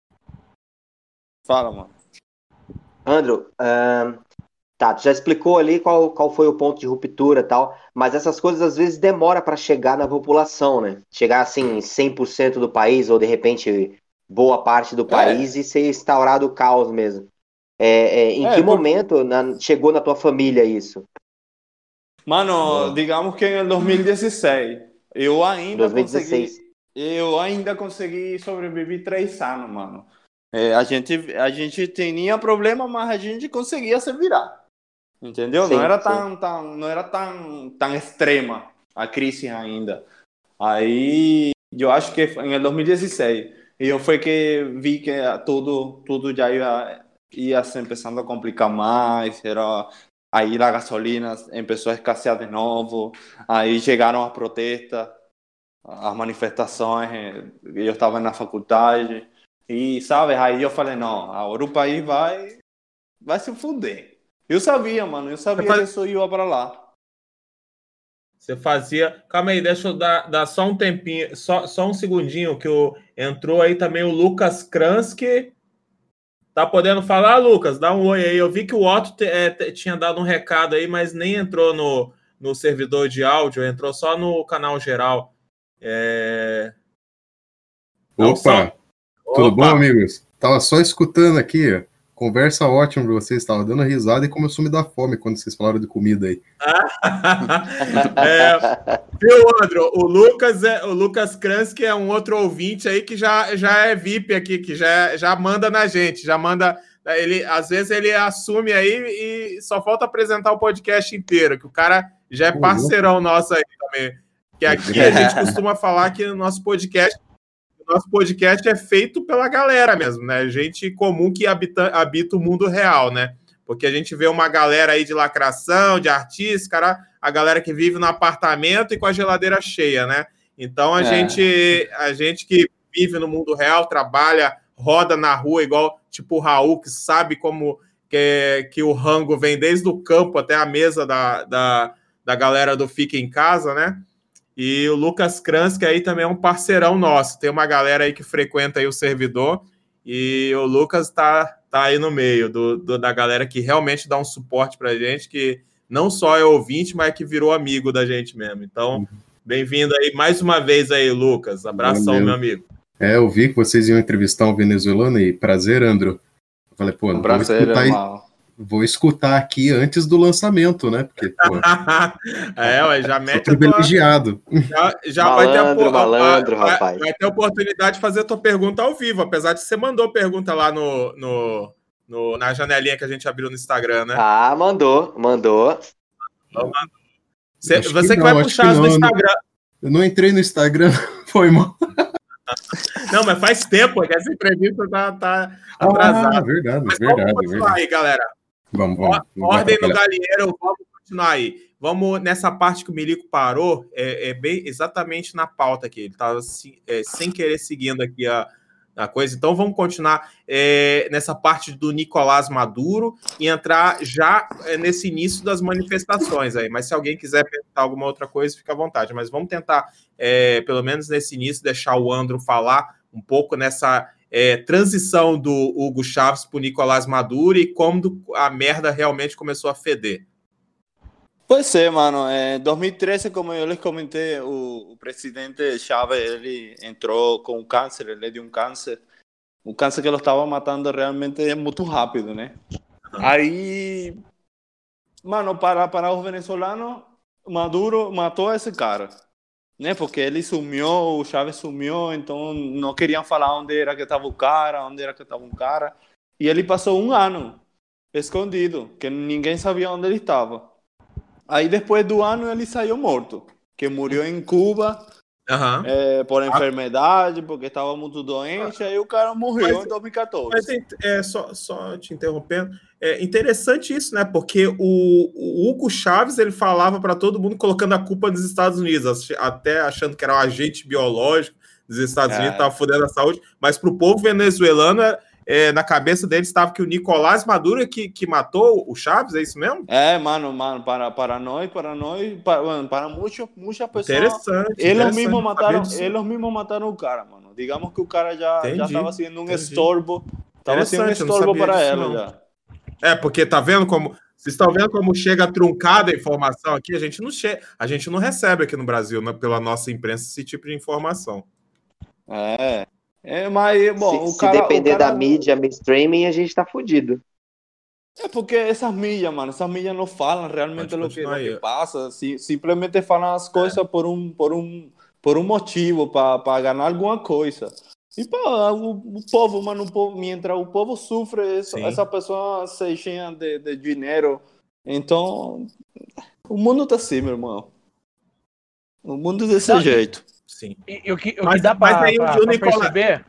Fala, mano. Andro, ahn, tá, tu já explicou ali qual, qual foi o ponto de ruptura e tal, mas essas coisas às vezes demoram para chegar na população, né? Chegar assim em cem por cento do país ou de repente boa parte do país e ser instaurado o caos mesmo. É, é, em É, que por- momento na- chegou na tua família isso? Mano, digamos que en el dos mil dieciséis Eu ainda dois mil e dezesseis. consegui, eu ainda consegui sobreviver três anos, mano. É, a gente, a gente tinha problema, mas a gente conseguia se virar, entendeu? Sim, não era sim. tão, tão, não era tão, tão extrema a crise ainda. Aí, eu acho que em dois mil e dezesseis, eu foi que vi que tudo, tudo já ia, ia se começando a complicar mais, era... Aí a gasolina começou a escassear de novo, aí chegaram as protestas, as manifestações, eu estava na faculdade, e, sabe, aí eu falei, não, agora o país vai, vai se fuder. Eu sabia, mano, eu sabia faz... que isso ia para lá. Você fazia... Calma aí, deixa eu dar, dar só um tempinho, só, só um segundinho, que o... entrou aí também o Lucas Kransky. Tá podendo falar, Lucas? Dá um oi aí. Eu vi que o Otto te, é, te, tinha dado um recado aí, mas nem entrou no, no servidor de áudio, entrou só no canal geral. É... Opa! Só... Tudo Opa. Bom, amigos? Tava só escutando aqui, ó. Conversa ótima pra vocês, tava dando risada e começou a me dar fome quando vocês falaram de comida aí. é, viu, Andro? O Lucas, é, o Lucas Kransky é um outro ouvinte aí que já, já é V I P aqui, que já, já manda na gente, já manda. Ele, às vezes ele assume aí e só falta apresentar o podcast inteiro, que o cara já é parceirão nosso aí também. Que aqui a gente costuma falar que o nosso podcast. Nosso podcast é feito pela galera mesmo, né? Gente comum que habita, habita o mundo real, né? Porque a gente vê uma galera aí de lacração, de artistas, cara, a galera que vive no apartamento e com a geladeira cheia, né? Então a é. gente a gente que vive no mundo real, trabalha, roda na rua, igual tipo o Raul, que sabe como que, que o rango vem desde o campo até a mesa da, da, da galera do Fica em Casa, né? E o Lucas Kransky aí também é um parceirão nosso. Tem uma galera aí que frequenta aí o servidor e o Lucas tá, tá aí no meio do, do, da galera que realmente dá um suporte pra gente, que não só é ouvinte, mas que virou amigo da gente mesmo. Então, bem-vindo aí mais uma vez aí, Lucas. Abração, meu amigo. É, eu vi que vocês iam entrevistar um venezuelano e prazer, Andro. Eu falei, pô, não prazer, vou escutar, vou escutar aqui antes do lançamento, né? Porque, pô, é, ué, já mete sou privilegiado. Tua... Já, já malandro, vai ter a malandro, vai, rapaz. Vai ter a oportunidade de fazer a tua pergunta ao vivo, apesar de você mandou pergunta lá no, no, no, na janelinha que a gente abriu no Instagram, né? Ah, mandou, mandou. Mandou. Você, você que, que vai puxar as no Instagram. Eu não entrei no Instagram, foi mal. Não, mas faz tempo que essa entrevista tá, tá atrasada. Ah, verdade, mas verdade. Vamos continuar verdade. aí, galera. Vamos, vamos. vamos Ordem no galinheiro, vamos continuar aí. Vamos nessa parte que o Milico parou, é, é bem exatamente na pauta aqui. Ele estava é, sem querer seguindo aqui a, a coisa. Então vamos continuar é, nessa parte do Nicolás Maduro e entrar já é, nesse início das manifestações aí. Mas se alguém quiser perguntar alguma outra coisa, fica à vontade. Mas vamos tentar, é, pelo menos nesse início, deixar o Andro falar um pouco nessa é, transição do Hugo Chávez para o Nicolás Maduro e como a merda realmente começou a feder. Pois é, mano. Em dois mil e treze, como eu les comentei, o, o presidente Chávez ele entrou com câncer, ele deu um câncer, um câncer que ele estava matando realmente muito rápido, né? Uhum. Aí, mano, para, para os venezuelanos, Maduro matou esse cara, né? Porque ele sumiu, o Chávez sumiu, então não queriam falar onde era que estava o cara, onde era que estava um cara. E ele passou um ano escondido, que ninguém sabia onde ele estava. Aí depois do ano ele saiu morto, que morreu em Cuba uhum. é, por enfermidade, porque estava muito doente, aí o cara morreu mas, em dois mil e catorze. Mas é, só, só te interrompendo, é interessante isso, né? Porque o, o Hugo Chávez ele falava para todo mundo colocando a culpa nos Estados Unidos, até achando que era um agente biológico dos Estados é. Unidos, estava fudendo a saúde, mas para o povo venezuelano É, na cabeça deles estava que o Nicolás Maduro que, que matou o Chávez, é isso mesmo? É, mano, mano, para, para nós, para nós, para, mano, para muitos, muitas pessoas. Interessante. Eles interessante mesmos mataram, eles mesmos mataram o cara, mano. Digamos que o cara já já estava sendo um entendi. estorbo, estava sendo um estorbo para ela já. É, porque tá vendo como vocês estão vendo como chega truncada a informação aqui? A gente não che... a gente não recebe aqui no Brasil, né, pela nossa imprensa esse tipo de informação. É. É, mas, bom, se, o cara, se depender o cara... da mídia mainstream, a gente tá fudido. É porque essas mídias, mano, essas mídias não falam realmente o que, que passa, si, simplesmente falam as coisas é. por um, por um, por um motivo, para ganhar alguma coisa. E pá, o, o povo, mano, o povo, mientras o povo sofre, essa, essa pessoa se cheia de, de dinheiro. Então, o mundo tá assim, meu irmão. O mundo desse Não, jeito. Sim. E, e o que, o Mas- que dá mas pra, aí o pra- Gil pra Nicola- perceber...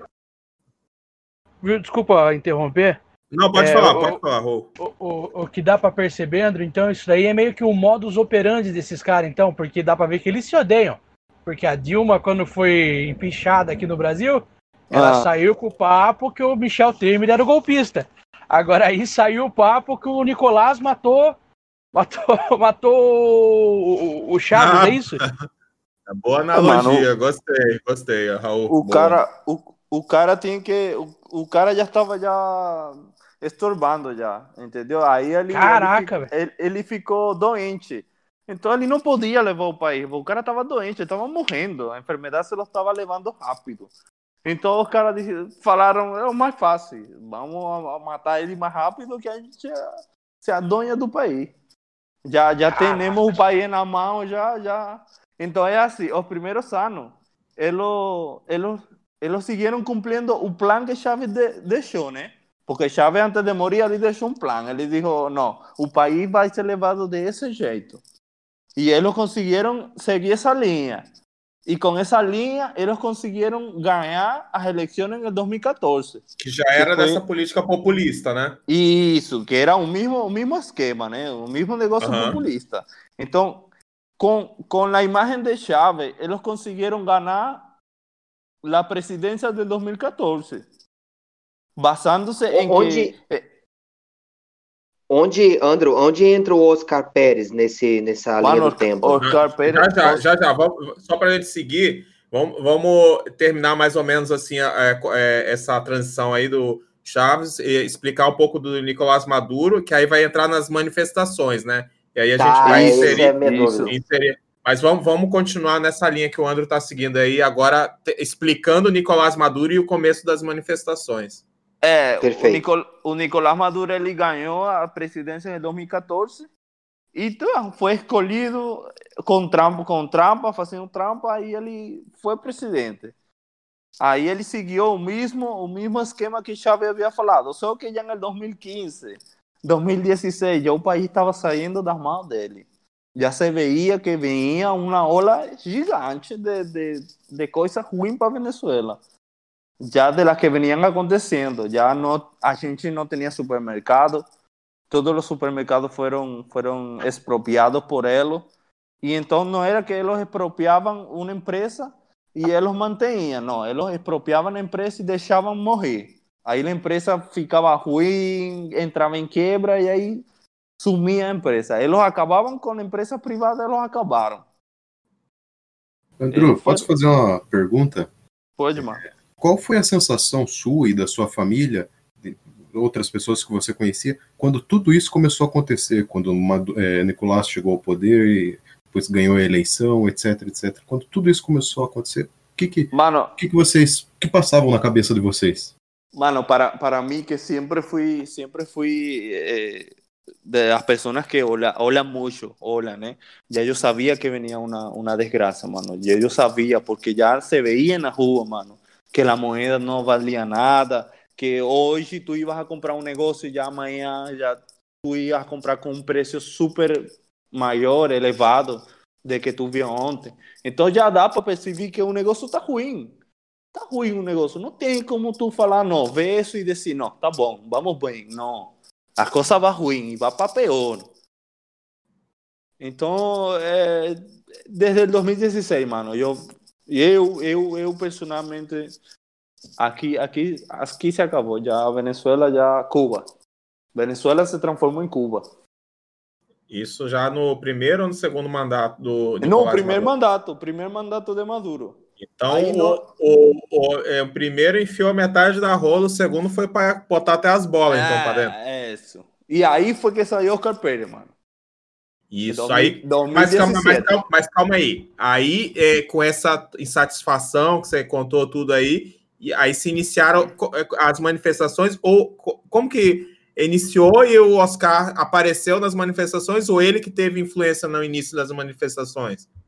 Viu? Desculpa interromper. Não, pode É, falar, o- pode falar, Rô. O, o, o que dá pra perceber, Andrew, então, isso daí é meio que o modus operandi desses caras, então, porque dá pra ver que eles se odeiam. Porque a Dilma, quando foi empichada aqui no Brasil, ela Ah. saiu com o papo que o Michel Temer era o golpista. Agora aí saiu o papo que o Nicolás matou matou, matou o, o Chaves, Ah, é isso? Boa analogia, Mano, gostei, gostei, Raul. O boa. cara, o, o cara tem que. O, o cara já estava já estorbando já, entendeu? Aí ele, Caraca, ele, fi- ele, ele ficou doente. Então ele não podia levar o país. O cara estava doente, ele estava morrendo. A enfermidade se lo estava levando rápido. Então os caras disse- falaram, é o mais fácil. Vamos a- a matar ele mais rápido que a gente é, se a dona do país. Já, já temos o país na mão, já, já. Então é assim, os primeiros anos, eles, eles, eles siguieron cumpliendo o plan que Chávez de, deixou, né? Porque Chávez, antes de morir, ele deixou um plan. Ele disse, não, o país vai ser levado desse jeito. E eles conseguiram seguir essa linha. E com essa linha, eles conseguiram ganhar as eleições em dois mil e quatorze. Que já era que foi- dessa política populista, né? Isso, que era o mesmo, o mesmo esquema, né? O mesmo negócio Aham. populista. Então, com, com a imagem de Chávez, eles conseguiram ganhar a presidência de dois mil e quatorze. Basándose em Onde- que... Onde, Andrew, onde entra o Oscar Pérez nesse, nessa linha Mano, do tempo? Oscar Pérez... Já, já, já, já. Vamos, só para a gente seguir, vamos, vamos terminar mais ou menos assim é, é, essa transição aí do Chaves e explicar um pouco do Nicolás Maduro, que aí vai entrar nas manifestações, né? E aí a gente Tá, vai essa inserir, é a minha isso. dúvida. inserir. Mas vamos, vamos continuar nessa linha que o Andrew está seguindo aí, agora te- explicando o Nicolás Maduro e o começo das manifestações. É, o, Perfeito. Nicol, o Nicolás Maduro ele ganhou a presidência em dois mil e quatorze e então, foi escolhido com trampa, com trampa, fazendo trampa, aí ele foi presidente. Aí ele seguiu o mesmo, o mesmo esquema que Chávez havia falado, só que já em dois mil e quinze, dois mil e dezesseis, já o país estava saindo das mãos dele. Já se veia que vinha uma ola gigante de, de, de coisas ruins para a Venezuela. Já de las que venían acontecendo, ya no, a gente no tenía supermercado, todos los supermercados fueron, fueron expropiados por ellos, y entonces no era que ellos expropiaban una empresa y ellos mantenían, no, ellos expropiaban la empresa y dejaban morir. Ahí la empresa ficaba ruim, entraba en quiebra y ahí sumía a empresa. Ellos acababan con la empresa privada, ellos acabaron. Andrew, Ele foi- posso fazer uma pergunta? Pode, mano. Qual foi a sensação sua e da sua família, de outras pessoas que você conhecia, quando tudo isso começou a acontecer? Quando uma, é, Nicolás chegou ao poder e depois ganhou a eleição, etc, etcétera. Quando tudo isso começou a acontecer, o que que, Mano, o que, que vocês, o que passavam na cabeça de vocês? Mano, para, para mí que siempre fui, siempre fui eh, de las personas que hablan habla mucho, hablan, ¿eh? Ya yo sabía que venía una, una desgracia, mano. Ya yo sabía, porque ya se veía en la rua, mano, que la moneda no valía nada, que hoy tú ibas a comprar un negocio y ya mañana ya tú ibas a comprar con un precio súper mayor, elevado, de que tú vio ontem. Entonces ya da para percibir que un negocio está ruim. Tá ruim o negócio. Não tem como tu falar, não, ver isso e dizer, não, tá bom, vamos bem. Não. A coisa vai ruim, vai para pior. Então, é, desde dois mil e dezesseis, mano, eu, eu, eu, eu personalmente, aqui, aqui, aqui se acabou. Já Venezuela, já Cuba. Venezuela se transformou em Cuba. Isso já no primeiro ou no segundo mandato do Nicolás No, o primeiro Maduro? mandato, o primeiro mandato de Maduro. Então, Aí o, no- o, o, é, o primeiro enfiou a metade da rola, o segundo foi para botar até as bolas, então, para dentro. É, isso. E aí foi que saiu Oscar Pérez, mano. Isso dois mil- aí. dois mil e Mas calma, mas, dezessete. calma, mas calma aí. Aí, é, com essa insatisfação que você contou tudo aí, e aí se iniciaram co- as manifestações, ou co- como que iniciou e o Oscar apareceu nas manifestações, ou ele que teve influência no início das manifestações?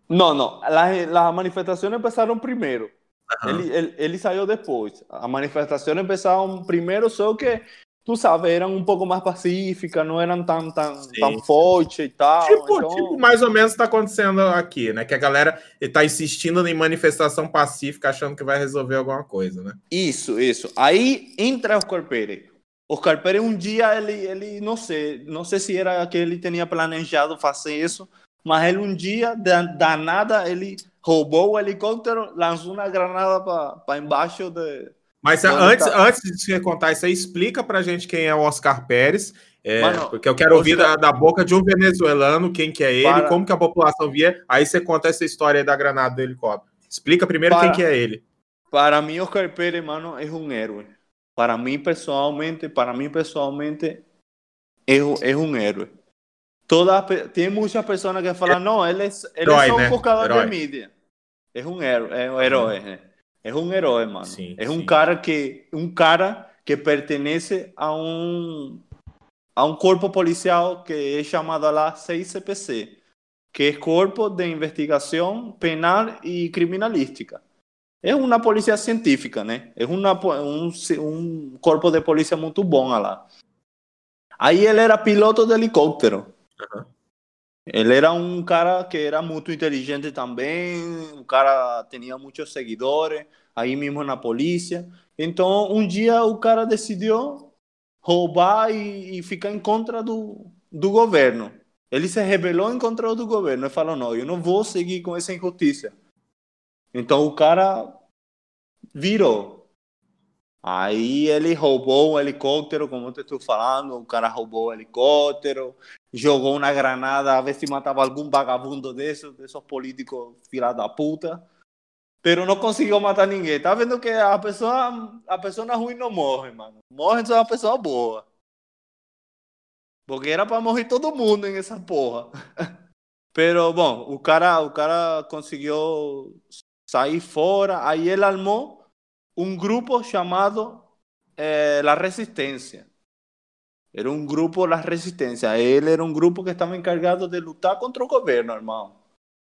Não, não. Las, las manifestaciones empezaron primero. Ajá. Ele, ele, ele saiu depois. As manifestações começaram primeiro, só que, tu sabe, eram um pouco mais pacíficas, não eram tão, tão, Sim, tão sim. fortes e tal. Tipo, então... tipo, mais ou menos está acontecendo aqui, né? Que a galera está insistindo em manifestação pacífica, achando que vai resolver alguma coisa, né? Isso, isso. Aí entra Oscar Pérez. Oscar Pérez, um dia, ele, ele não sei, não sei se era que ele tinha planejado fazer isso, mas ele um dia, da, da nada, ele roubou o helicóptero, lançou uma granada para embaixo de... Mas Onde antes, tá? antes de você contar isso aí, explica pra gente quem é o Oscar Pérez, é, Mano, porque eu quero ouvir Oscar- da, da boca de um venezuelano quem que é ele, Para- como que a população via, aí você conta essa história aí da granada do helicóptero. Explica primeiro Para- quem que é ele. Para mí, Oscar Pérez, mano, es un héroe. Para mí personalmente, para mí personalmente, es, es un héroe. Todas, pe- tem muchas personas que falam, no, él es, él Herói, es só né? un buscador Herói. de mídia. Es un héroe, es un héroe, né? Es un héroe, mano. Sim, es un sim. cara que, un cara que pertenece a un, a un cuerpo policial que es llamado la C I C P C, que es Cuerpo de Investigación Penal y Criminalística. É uma polícia científica, né? É uma, um, um corpo de polícia muito bom lá. Aí ele era piloto de helicóptero. Uhum. Ele era um cara que era muito inteligente também. O cara tinha muitos seguidores, aí mesmo na polícia. Então, um dia o cara decidiu roubar e, e ficar em contra do, do governo. Ele se rebelou em contra do governo e falou, não, eu não vou seguir com essa injustiça. Então o cara virou. Aí ele roubou um helicóptero, como eu te estou falando, o cara roubou o helicóptero, jogou uma granada a ver se matava algum vagabundo desses, desses políticos filha da puta, pero não conseguiu matar ninguém. Tá vendo que a pessoa, a pessoa ruim não morre, mano. Morre só uma pessoa boa. Porque era para morrer todo mundo nessa porra. Pero, bom, o cara, o cara conseguiu sair fora, aí ele armou um grupo chamado eh, La Resistência. Era um grupo La Resistência. Ele era um grupo que estava encarregado de lutar contra o governo, irmão.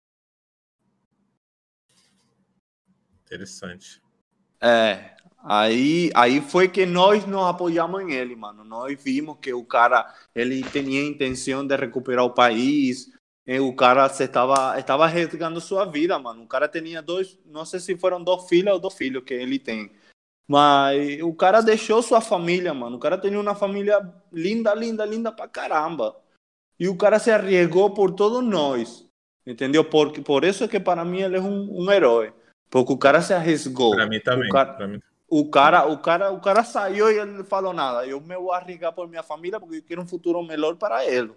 Interessante. É, aí, aí foi que nós nos apoiamos em ele, mano. Nós vimos que o cara, ele tinha intenção de recuperar o país. O cara se estava, estava arriesgando sua vida, mano. O cara tinha dois, não sei se foram dois filhos ou dois filhos que ele tem. Mas o cara deixou sua família, mano. O cara tinha uma família linda, linda, linda pra caramba. E o cara se arriesgou por todos nós. Entendeu? Porque, por isso é que para mim ele é um, um herói. Porque o cara se arriesgou. Pra mim também. O cara, pra mim. o cara, o cara, o cara saiu e ele não falou nada. Eu me vou arriesgar por minha família porque eu quero um futuro melhor para ele.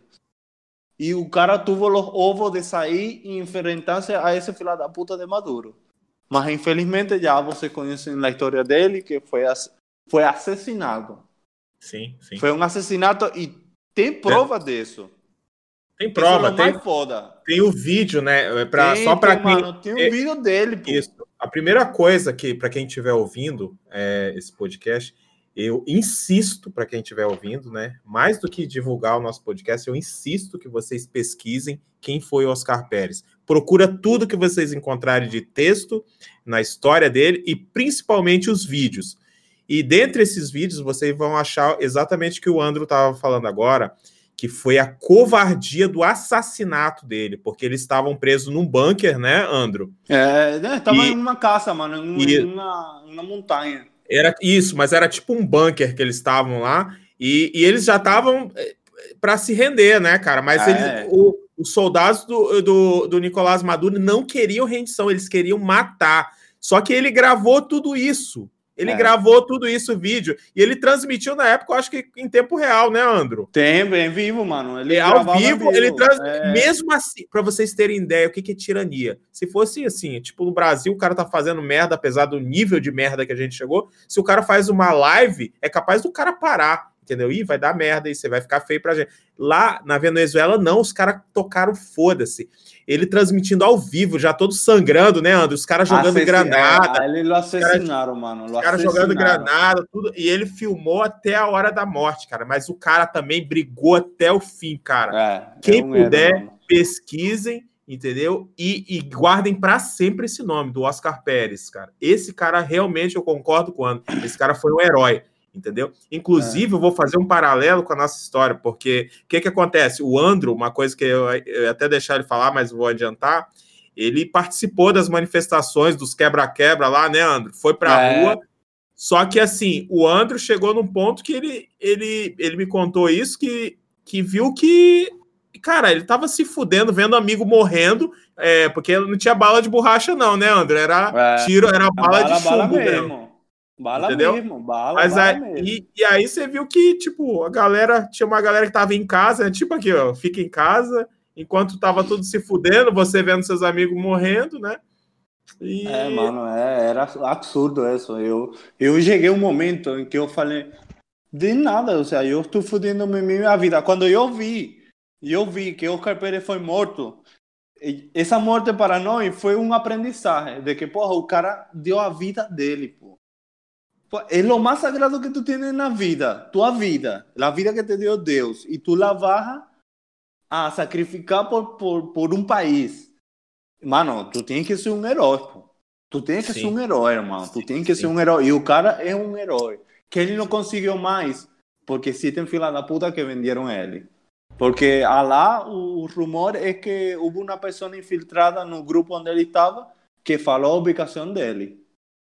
E o cara teve os ovos de sair e enfrentar-se a esse filho da puta de Maduro. Mas, infelizmente, já vocês conhecem a história dele, que foi, foi assassinado. Sim, sim. Foi um assassinato e tem prova é. disso. Tem prova, Isso é tem, mais foda. Tem o vídeo, né? Pra, tem, só para quem... quem... Mano, tem um é, vídeo dele, pô. Isso. A primeira coisa que, para quem estiver ouvindo é, esse podcast, eu insisto, para quem estiver ouvindo, né? Mais do que divulgar o nosso podcast, eu insisto que vocês pesquisem quem foi o Oscar Pérez. Procura tudo que vocês encontrarem de texto na história dele e principalmente os vídeos. E dentre esses vídeos, vocês vão achar exatamente o que o Andro estava falando agora, que foi a covardia do assassinato dele, porque eles estavam presos num bunker, né, Andro? É, estava em uma casa, mano, em, e, em uma, uma montanha. Era isso, mas era tipo um bunker que eles estavam lá, e, e eles já estavam para se render, né, cara? Mas é. eles, o, os soldados do, do, do Nicolás Maduro não queriam rendição, eles queriam matar. Só que ele gravou tudo isso. Ele é. gravou tudo isso, o vídeo, e ele transmitiu na época, eu acho que em tempo real, né, Andro? Tem, bem vivo, mano. Ele é, ao vivo, vivo, ele trans... é. mesmo assim, para vocês terem ideia, o que, que é tirania? Se fosse assim, tipo, no Brasil, o cara tá fazendo merda, apesar do nível de merda que a gente chegou, se o cara faz uma live, é capaz do cara parar, entendeu? Ih, vai dar merda e você vai ficar feio pra gente. Lá na Venezuela, não, os caras tocaram foda-se. Ele transmitindo ao vivo, já todo sangrando, né, André? Os caras jogando Assassin... granada. É, ele lo assassinaram, mano. Os caras jogando granada, tudo. E ele filmou até a hora da morte, cara. Mas o cara também brigou até o fim, cara. É, Quem é um puder, erro, pesquisem entendeu? E, e guardem para sempre esse nome do Oscar Pérez, cara. Esse cara realmente, eu concordo com o Andro, esse cara foi um herói, entendeu? Inclusive, é. eu vou fazer um paralelo com a nossa história, porque o que que acontece? O Andro, uma coisa que eu, eu ia até deixar ele falar, mas vou adiantar, ele participou das manifestações, dos quebra-quebra lá, né, Andro? Foi para a é. rua, só que, assim, o Andro chegou num ponto que ele, ele, ele me contou isso, que, que viu que, cara, ele tava se fudendo, vendo amigo morrendo, é, porque não tinha bala de borracha não, né, Andro? Era é. tiro, era bala, bala de chumbo, bala mesmo. mesmo. Bala Entendeu? mesmo, bala, Mas bala aí, mesmo. E, e aí você viu que, tipo, a galera, tinha uma galera que tava em casa, né, tipo aqui, ó, fica em casa... Enquanto tava tudo se fudendo, você vendo seus amigos morrendo, né? E... É, mano, é, era absurdo isso. Eu, eu cheguei um momento em que eu falei, de nada, ou seja, eu estou fudendo minha vida. Quando eu vi, eu vi que Oscar Pérez foi morto, essa morte para nós foi um aprendizagem, de que, porra, o cara deu a vida dele, pô. É o mais sagrado que tu tens na vida, tua vida, a vida que te deu Deus, e tu la vas a sacrificar por, por, por um país. Mano, tu tem que ser um herói, pô. Tu tem que Sim. ser um herói, irmão. Tu tem que Sim. ser um herói. E o cara é um herói. Que ele não conseguiu mais, porque se tem fila da puta que venderam ele. Porque lá o, o rumor é que houve uma pessoa infiltrada no grupo onde ele estava que falou a ubicação dele.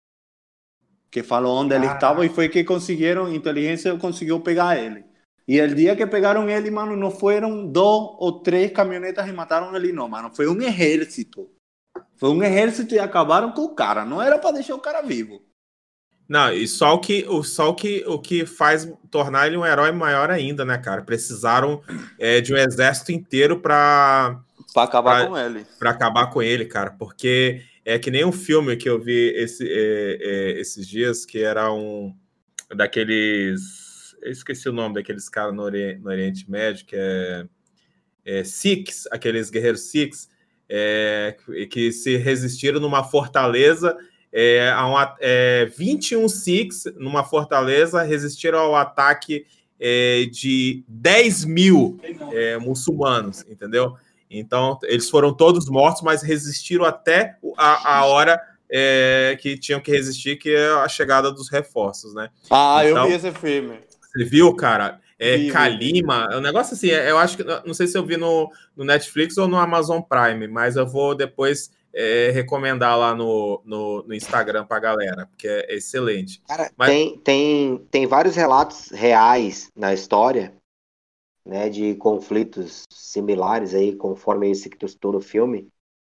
Que falou onde ah. ele estava e foi que conseguiram, a inteligência conseguiu pegar ele. E el dia que pegaram ele, mano, não foram dois ou três caminhonetas e mataram ele, não, mano. Foi um exército. Foi um exército e acabaram com o cara. Não era para deixar o cara vivo. Não, e só o que, só o que, o que faz tornar ele um herói maior ainda, né, cara? Precisaram é, de um exército inteiro para para acabar pra, com ele. Para acabar com ele, cara. Porque é que nem um filme que eu vi esse, é, é, esses dias, que era um daqueles... Eu esqueci o nome daqueles caras no, Ori- no Oriente Médio, que é, é Sikhs, aqueles guerreiros Sikhs, é, que se resistiram numa fortaleza, é, a um, é, vinte e um Sikhs numa fortaleza resistiram ao ataque é, de dez mil é, muçulmanos, entendeu? Então, eles foram todos mortos, mas resistiram até a, a hora é, que tinham que resistir, que é a chegada dos reforços, né? Ah, então, eu vi esse filme. Você viu, cara? É vi, Kalima, é um negócio assim, eu acho que, não sei se eu vi no, no Netflix ou no Amazon Prime, mas eu vou depois é, recomendar lá no, no, no Instagram pra galera, porque é excelente. Cara, mas... tem, tem, tem vários relatos reais na história, né, de conflitos similares aí, conforme esse que tu citou no filme,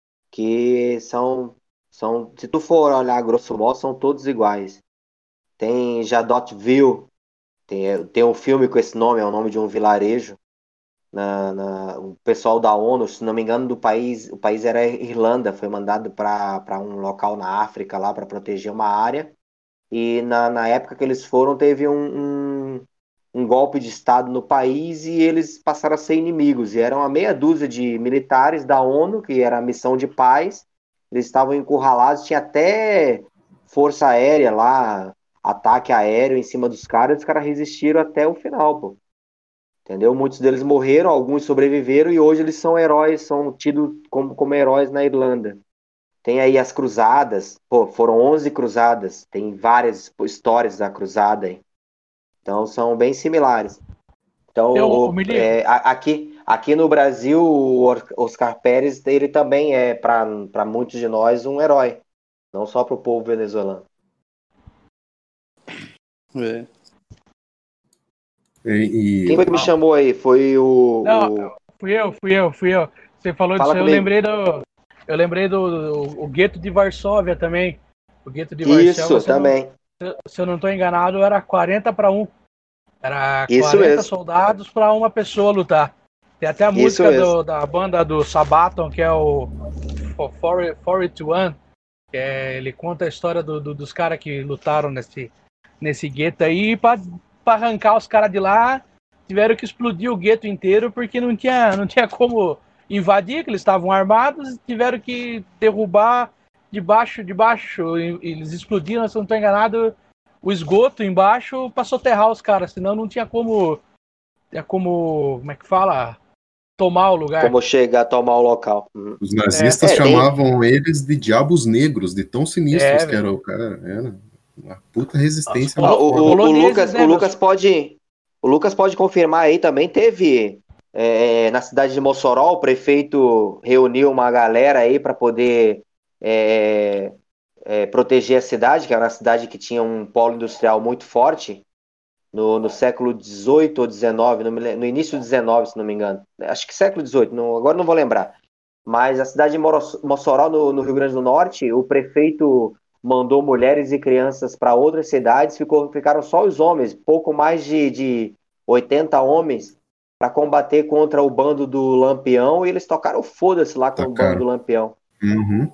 que são, são, se tu for olhar grosso modo, são todos iguais. Tem Jadotville, Tem, tem um filme com esse nome, é o nome de um vilarejo. Na, na, o pessoal da ONU, se não me engano, do país, o país era Irlanda, foi mandado para um local na África lá para proteger uma área. E na, na época que eles foram, teve um, um, um golpe de Estado no país e eles passaram a ser inimigos. E eram uma meia dúzia de militares da ONU, que era a missão de paz. Eles estavam encurralados, tinha até força aérea lá, ataque aéreo em cima dos caras, os caras resistiram até o final, pô. Entendeu? Muitos deles morreram, alguns sobreviveram e hoje eles são heróis, são tidos como, como heróis na Irlanda. Tem aí as cruzadas, pô, foram onze cruzadas, tem várias histórias da cruzada aí. Então são bem similares. Então, Eu, o, é, aqui, aqui no Brasil, o Oscar Pérez, ele também é, para muitos de nós, um herói. Não só para o povo venezuelano. É. E, e... Quem foi que me chamou aí? Foi o... Não, o... fui eu, fui eu, fui eu. Você falou Fala disso, eu comigo. lembrei do... Eu lembrei do, do o gueto de Varsóvia também. O gueto de Isso, Varsóvia, se também. Eu não, se eu não estou enganado, era quarenta para um. Era Isso quarenta mesmo. soldados para uma pessoa lutar. Tem até a Isso música mesmo. do, da banda do Sabaton, que é o quarenta to one, que é, ele conta a história do, do, dos caras que lutaram nesse, nesse gueto aí. E para arrancar os caras de lá, tiveram que explodir o gueto inteiro, porque não tinha, não tinha como invadir, que eles estavam armados, e tiveram que derrubar debaixo, debaixo, eles explodiram, se eu não estou enganado, o esgoto embaixo para soterrar os caras, senão não tinha como, tinha como, como é que fala? tomar o lugar. Como chegar a tomar o local. Uhum. Os nazistas É, chamavam tem... eles de diabos negros, de tão sinistros É, que era o cara. Era uma puta resistência. Ah, o, o, o, Lucas, né, o Lucas pode, o Lucas pode confirmar aí também. Teve é, na cidade de Mossoró, o prefeito reuniu uma galera aí para poder é, é, proteger a cidade, que era uma cidade que tinha um polo industrial muito forte. No, no século dezoito ou dezenove, no, no início do dezenove, se não me engano. Acho que século dezoito, não, agora não vou lembrar. Mas a cidade de Mossoró, no, no Rio Grande do Norte, o prefeito mandou mulheres e crianças para outras cidades, ficou, ficaram só os homens, pouco mais de, de oitenta homens, para combater contra o bando do Lampião, e eles tocaram foda-se lá com tá, o bando cara. do Lampião. Uhum.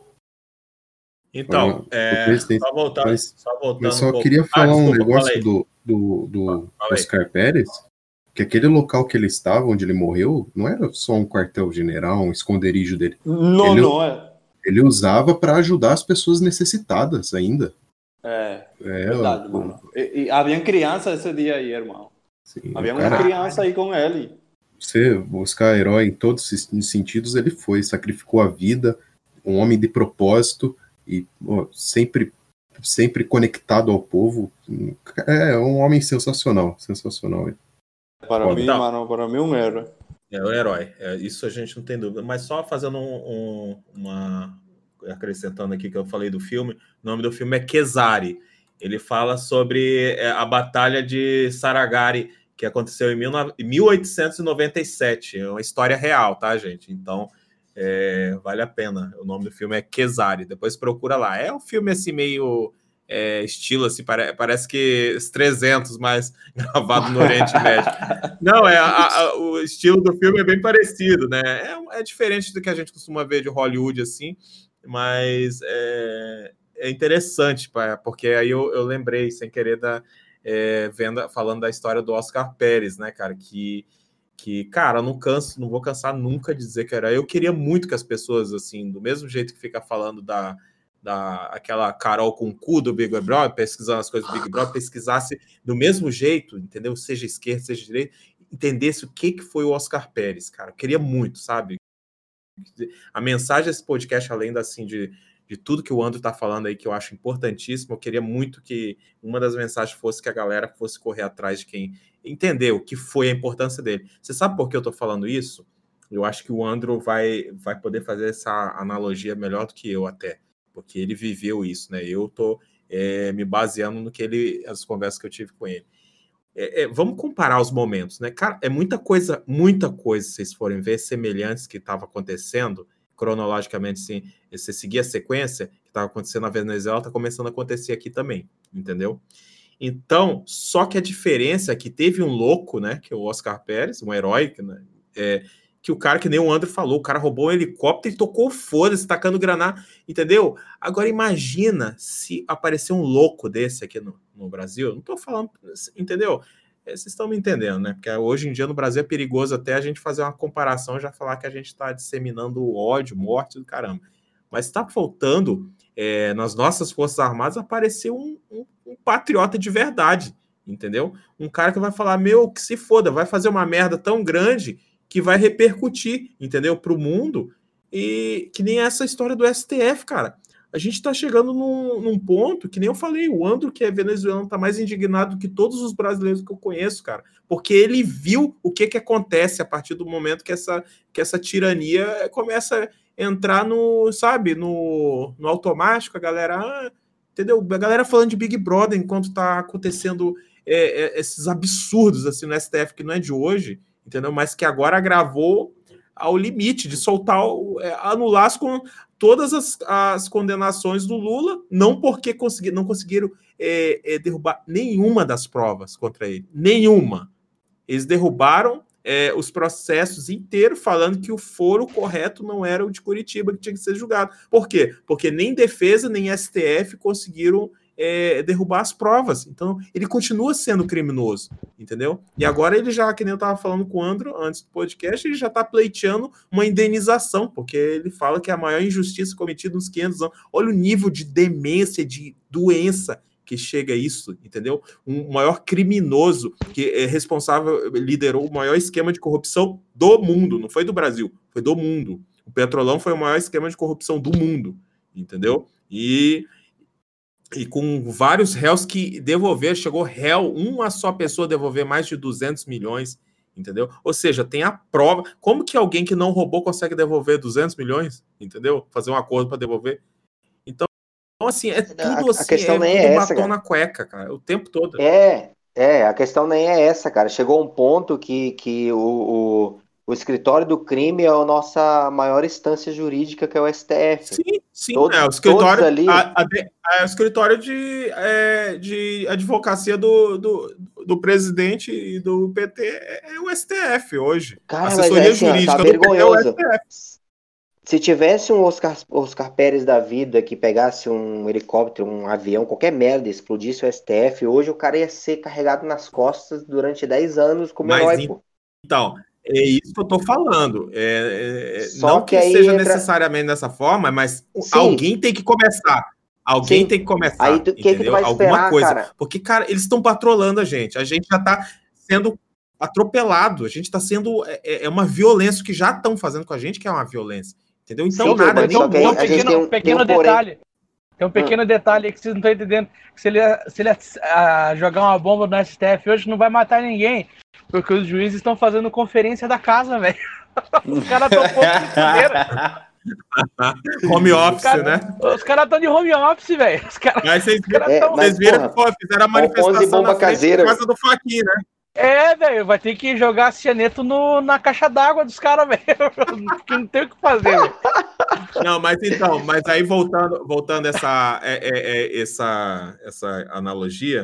Então, é, só voltando, mas, só voltando mas só um pouco. queria falar ah, um desculpa, negócio do, do, do ah, Oscar Pérez, que aquele local que ele estava, onde ele morreu, não era só um quartel-general, um esconderijo dele. Não, ele, não é. Ele usava para ajudar as pessoas necessitadas ainda. É, é verdade, o, mano. E, e havia criança esse dia aí, irmão. Sim, havia cara, uma criança aí com ele. Você buscar herói em todos os sentidos, ele foi, sacrificou a vida, um homem de propósito, e ó, sempre, sempre conectado ao povo. É um homem sensacional, sensacional. Para Foda. mim, Então, mano, para mim um herói. É o herói, é, isso a gente não tem dúvida. Mas só fazendo um, um, uma... acrescentando aqui que eu falei do filme, o nome do filme é Kesari. Ele fala sobre a Batalha de Saragari, que aconteceu em mil oitocentos e noventa e sete. É uma história real, tá, gente? Então, é, vale a pena. O nome do filme é Kesari. Depois procura lá. É um filme assim meio é, estilo assim, pare, parece que os trezentos, mas gravado no Oriente Médio. Não, é a, a, o estilo do filme é bem parecido, né? É, é diferente do que a gente costuma ver de Hollywood assim, mas é, é interessante, porque aí eu, eu lembrei sem querer da É, vendo, falando da história do Oscar Pérez, né, cara, que, que, cara, eu não canso, não vou cansar nunca de dizer que era. Eu queria muito que as pessoas, assim, do mesmo jeito que fica falando da, da aquela Carol com cu do Big Brother, pesquisando as coisas do Big Brother, pesquisasse do mesmo jeito, entendeu? Seja esquerda, seja direita, entendesse o que, que foi o Oscar Pérez, cara. Eu queria muito, sabe? A mensagem desse podcast, além da, assim, de de tudo que o Andro está falando aí, que eu acho importantíssimo, eu queria muito que uma das mensagens fosse que a galera fosse correr atrás de quem entendeu o que foi a importância dele. Você sabe por que eu estou falando isso? Eu acho que o Andro vai, vai poder fazer essa analogia melhor do que eu até, porque ele viveu isso, né? Eu estou é, me baseando no que ele, as conversas que eu tive com ele. É, é, vamos comparar os momentos, né? Cara, é muita coisa, muita coisa, se vocês forem ver, semelhantes que estava acontecendo, cronologicamente, sim, você seguir a sequência que estava acontecendo na Venezuela, está começando a acontecer aqui também, entendeu? Então, só que a diferença é que teve um louco, né, que é o Oscar Pérez, um herói, né, é, que o cara, que nem o André falou, o cara roubou um helicóptero e tocou foda-se, tacando granada, entendeu? Agora imagina se aparecer um louco desse aqui no, no Brasil, eu não tô falando, entendeu? Vocês estão me entendendo, né? Porque hoje em dia no Brasil é perigoso até a gente fazer uma comparação e já falar que a gente está disseminando ódio, morte do caramba. Mas está faltando, é, nas nossas Forças Armadas, aparecer um, um, um patriota de verdade, entendeu? Um cara que vai falar, meu, que se foda, vai fazer uma merda tão grande que vai repercutir, entendeu? Para o mundo, e que nem essa história do S T F, cara. A gente está chegando num, num ponto que nem eu falei, o Andro, que é venezuelano, está mais indignado do que todos os brasileiros que eu conheço, cara, porque ele viu o que, que acontece a partir do momento que essa, que essa tirania começa a entrar no, sabe, no, no automático, a galera, ah, entendeu? A galera falando de Big Brother enquanto está acontecendo é, é, esses absurdos assim no S T F, que não é de hoje, entendeu? Mas que agora agravou ao limite de soltar, é, anular as, com todas as, as condenações do Lula, não porque consegui, não conseguiram é, é, derrubar nenhuma das provas contra ele. Nenhuma. Eles derrubaram é, os processos inteiros, falando que o foro correto não era o de Curitiba, que tinha que ser julgado. Por quê? Porque nem defesa, nem S T F conseguiram é, derrubar as provas. Então, ele continua sendo criminoso, entendeu? E agora ele já, que nem eu estava falando com o Andro antes do podcast, ele já está pleiteando uma indenização, porque ele fala que é a maior injustiça cometida nos quinhentos anos. Olha o nível de demência, de doença que chega a isso, entendeu? Um maior criminoso que é responsável, liderou o maior esquema de corrupção do mundo, não foi do Brasil, foi do mundo. O Petrolão foi o maior esquema de corrupção do mundo, entendeu? E, e com vários réus que devolver, chegou réu, uma só pessoa devolver mais de duzentos milhões, entendeu? Ou seja, tem a prova. Como que alguém que não roubou consegue devolver duzentos milhões, entendeu? Fazer um acordo para devolver. Então, assim, é tudo a, assim, a questão é nem tudo é batom essa, cara. na cueca, cara, o tempo todo. É, é, a questão nem é essa, cara. Chegou um ponto que, que o, o, o escritório do crime é a nossa maior instância jurídica, que é o S T F. Sim, sim, Todos- é, o escritório, todos ali- a- a- a- o escritório de, é, de advocacia do, do, do presidente e do P T é, é o S T F hoje. Cara, mas Assessoria é assim, ó, jurídica tá do P T é o vergonhoso. S T F. Se tivesse um Oscar, Oscar Pérez da vida que pegasse um helicóptero, um avião, qualquer merda, e explodisse o S T F, hoje o cara ia ser carregado nas costas durante dez anos como Mas herói, em- pô. Então, é isso que eu tô falando. É, é, Só não que, que aí seja entra- necessariamente dessa forma, mas Sim. alguém tem que começar. Alguém Sim. tem que começar. Aí tu- que que tu entendeu? vai Alguma esperar, coisa. cara? Porque, cara, eles estão patrolando a gente. A gente já tá sendo atropelado. A gente tá sendo. É, é uma violência que já estão fazendo com a gente, que é uma violência. Entendeu? Então, Sim, nada, mas nem só que aí Tem um a gente pequeno, tem um- pequeno tem um porém. detalhe. Tem um pequeno detalhe aí que vocês não estão entendendo. Que se ele, se ele ah, jogar uma bomba no S T F hoje, não vai matar ninguém. Porque os juízes estão fazendo conferência da casa, velho. Os caras estão pouco de cadeira. home office, cara- né? Os caras estão de home office, velho. Os caras. Mas vocês Os caras É, tão- mas, Vocês viram porra, que pô, fizeram a onze manifestação bomba na frente caseira. da casa do Faquin, né? É, velho, vai ter que jogar cianeto no, na caixa d'água dos caras, velho. Porque não tem o que fazer, velho. Não, mas então, mas aí voltando, voltando essa, é, é, é, essa, essa analogia,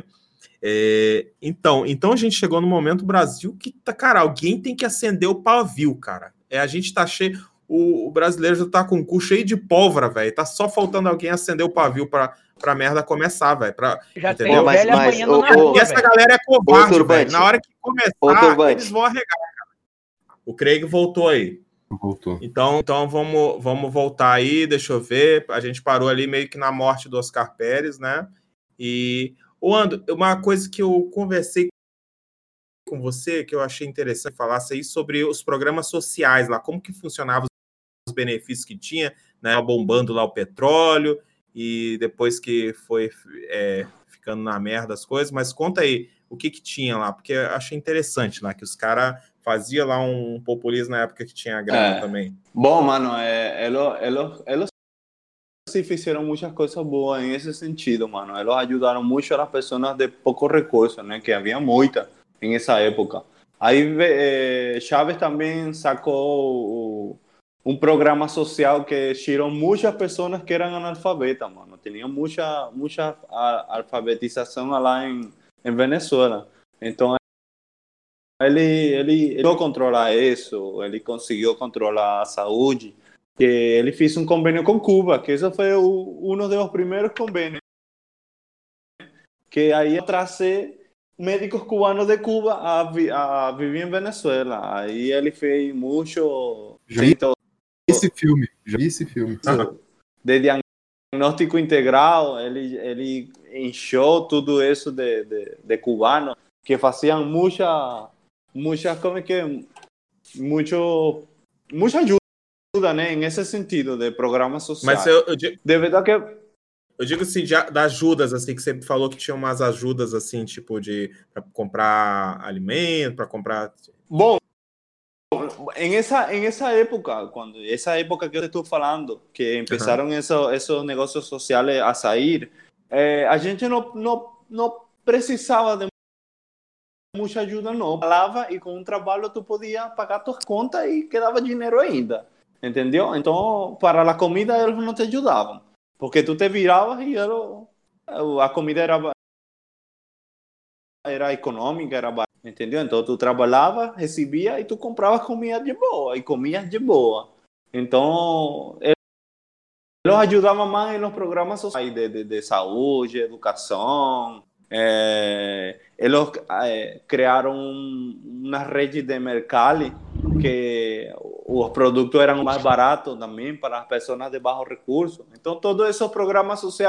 é, então, então a gente chegou no momento Brasil que, tá, cara, alguém tem que acender o pavio, cara. É, a gente tá cheio, o, o brasileiro já tá com o cu cheio de pólvora, velho. Tá só faltando alguém acender o pavio pra, pra merda começar, velho. Pra, Já entendeu? tem Mas- velha mas, apanhando ô, na ô, rua, E essa velho. galera é covarde, Ô, Turbante. velho. Na hora que começar, Ô, Turbante. eles vão arregar, cara. O Craig voltou aí. Voltou. Então, então vamos, vamos voltar aí, deixa eu ver. A gente parou ali meio que na morte do Oscar Pérez, né? E, ô Ando, uma coisa que eu conversei com você, que eu achei interessante falar aí sobre os programas sociais lá, como que funcionavam os benefícios que tinha, né? Bombando lá o petróleo e depois que foi é, ficando na merda as coisas, mas conta aí o que que tinha lá, porque eu achei interessante lá, que os caras faziam lá um populismo na época que tinha grana É. também. Bom, mano, eh, ellos, ellos, ellos sí hicieron muchas cosas boas en ese sentido, mano. Ellos ayudaron mucho a las personas de pocos recursos, ¿no? Que había muchas en esa época. Ahí eh, Chávez también sacó un programa social que tiró muchas personas que eran analfabetas, mano. Tenían mucha, mucha a- alfabetización allá en, en Venezuela. Entonces, ele, ele, ele controlar isso, ele conseguiu controlar a saúde, que ele fez um convênio com Cuba, que esse foi o, um dos primeiros convênios, que aí ia trazer médicos cubanos de Cuba a, vi, a viver em Venezuela. Aí ele fez muito Já vi esse filme, já vi esse filme. de diagnóstico integral, ele, ele encheu tudo isso de, de, de cubanos que faziam muita muchas como é que mucho mucha ajuda, né, nesse sentido de programas sociais. Mas eu, eu, digo, de verdade que eu digo assim, de, das ajudas, assim, que você falou que tinha umas ajudas, assim, tipo de para comprar alimento, para comprar... bom, em essa em essa época, quando essa época que eu estou falando, que começaram uhum. esses esses negócios sociais a sair, eh, a gente não não não precisava de muita ajuda, não. Falava e com um trabalho tu podia pagar tuas contas e quedava dinheiro ainda, entendeu? Então, para a comida eles não te ajudavam, porque tu te viravas e era, a comida era era econômica, era barata, entendeu? Então tu trabalhava, recebia e tu comprava comida de boa e comias de boa. Então eles ajudavam mais nos programas sociais de, de, de saúde, educação. Eh, eles eh, criaram uma rede de mercado que os produtos eram mais baratos também para as pessoas de baixo recurso. Então todos esses programas sociais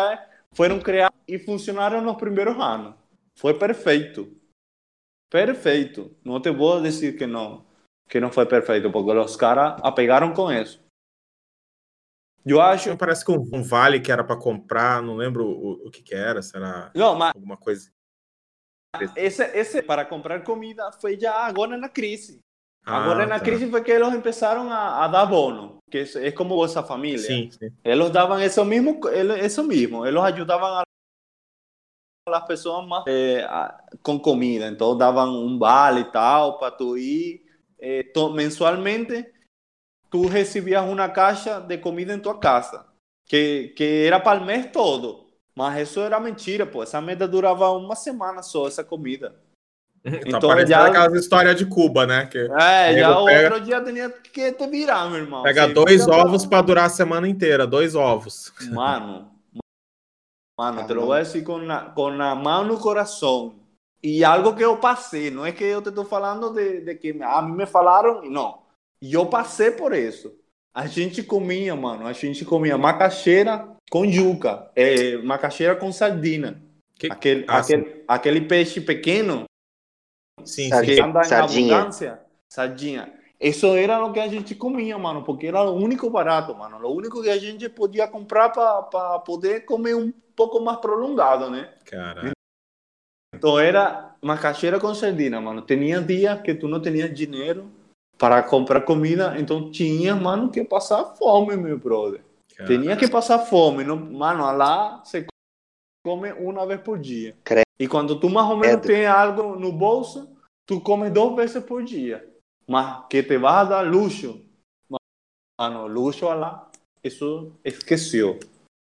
foram criados e funcionaram nos primeiros anos. Foi perfeito. Perfeito. Não te vou dizer que não, que não foi perfeito, porque os caras apegaram com isso. Eu acho... Parece que um, um vale que era para comprar, não lembro o, o que que era, será não, mas alguma coisa... Esse, esse para comprar comida foi já agora na crise. Ah, agora na tá. crise foi que eles começaram a, a dar bono, que é, é como Bolsa Família. Sim, sim. Eles davam isso mesmo, isso mesmo. Eles ajudavam a as pessoas mais eh, a, com comida. Então davam um vale e tal para tu ir eh, to, mensualmente. Tu recebias uma caixa de comida em tua casa, que, que era para o mês todo. Mas isso era mentira, pô. Essa merda durava uma semana só, essa comida. Então, tá parecendo já... aquelas histórias de Cuba, né? Que é, já pega... outro dia tinha que te virar, meu irmão. Pega Você dois ovos pra... para durar a semana inteira, dois ovos. Mano, mano, te lo voy a decir con la, con la mano no corazón. E algo que eu passei, não é que eu te estou falando de, de que a mim me falaram, não. Eu passei por isso. A gente comia, mano, a gente comia macaxeira com yuca, é, macaxeira com sardina. Que... Aquele, ah, aquele, aquele peixe pequeno, sim, que sim. anda Sardinha. em abundância, sardinha. Isso era o que a gente comia, mano, porque era o único barato, mano. O único que a gente podia comprar para poder comer um pouco mais prolongado, né? Caralho. Então era macaxeira com sardina, mano. Tinha dias que tu não tinhas dinheiro para comprar comida, então tinha, mano, que passar fome, meu brother. Caralho. Tinha que passar fome. Não, mano, lá você come uma vez por dia. Credo. E quando tu mais ou menos tem algo no bolso, tu come duas vezes por dia. Mas que te vas a dar luxo, mano, luxo lá, isso esqueceu.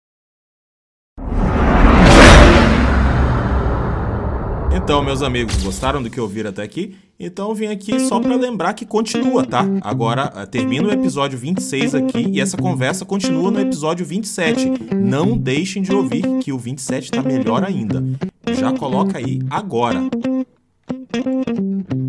Então, meus amigos, gostaram do que ouviram até aqui? Então eu vim aqui só para lembrar que continua, tá? Agora termina o episódio vinte e seis aqui e essa conversa continua no episódio vinte e sete. Não deixem de ouvir que o vinte e sete tá melhor ainda. Já coloca aí agora.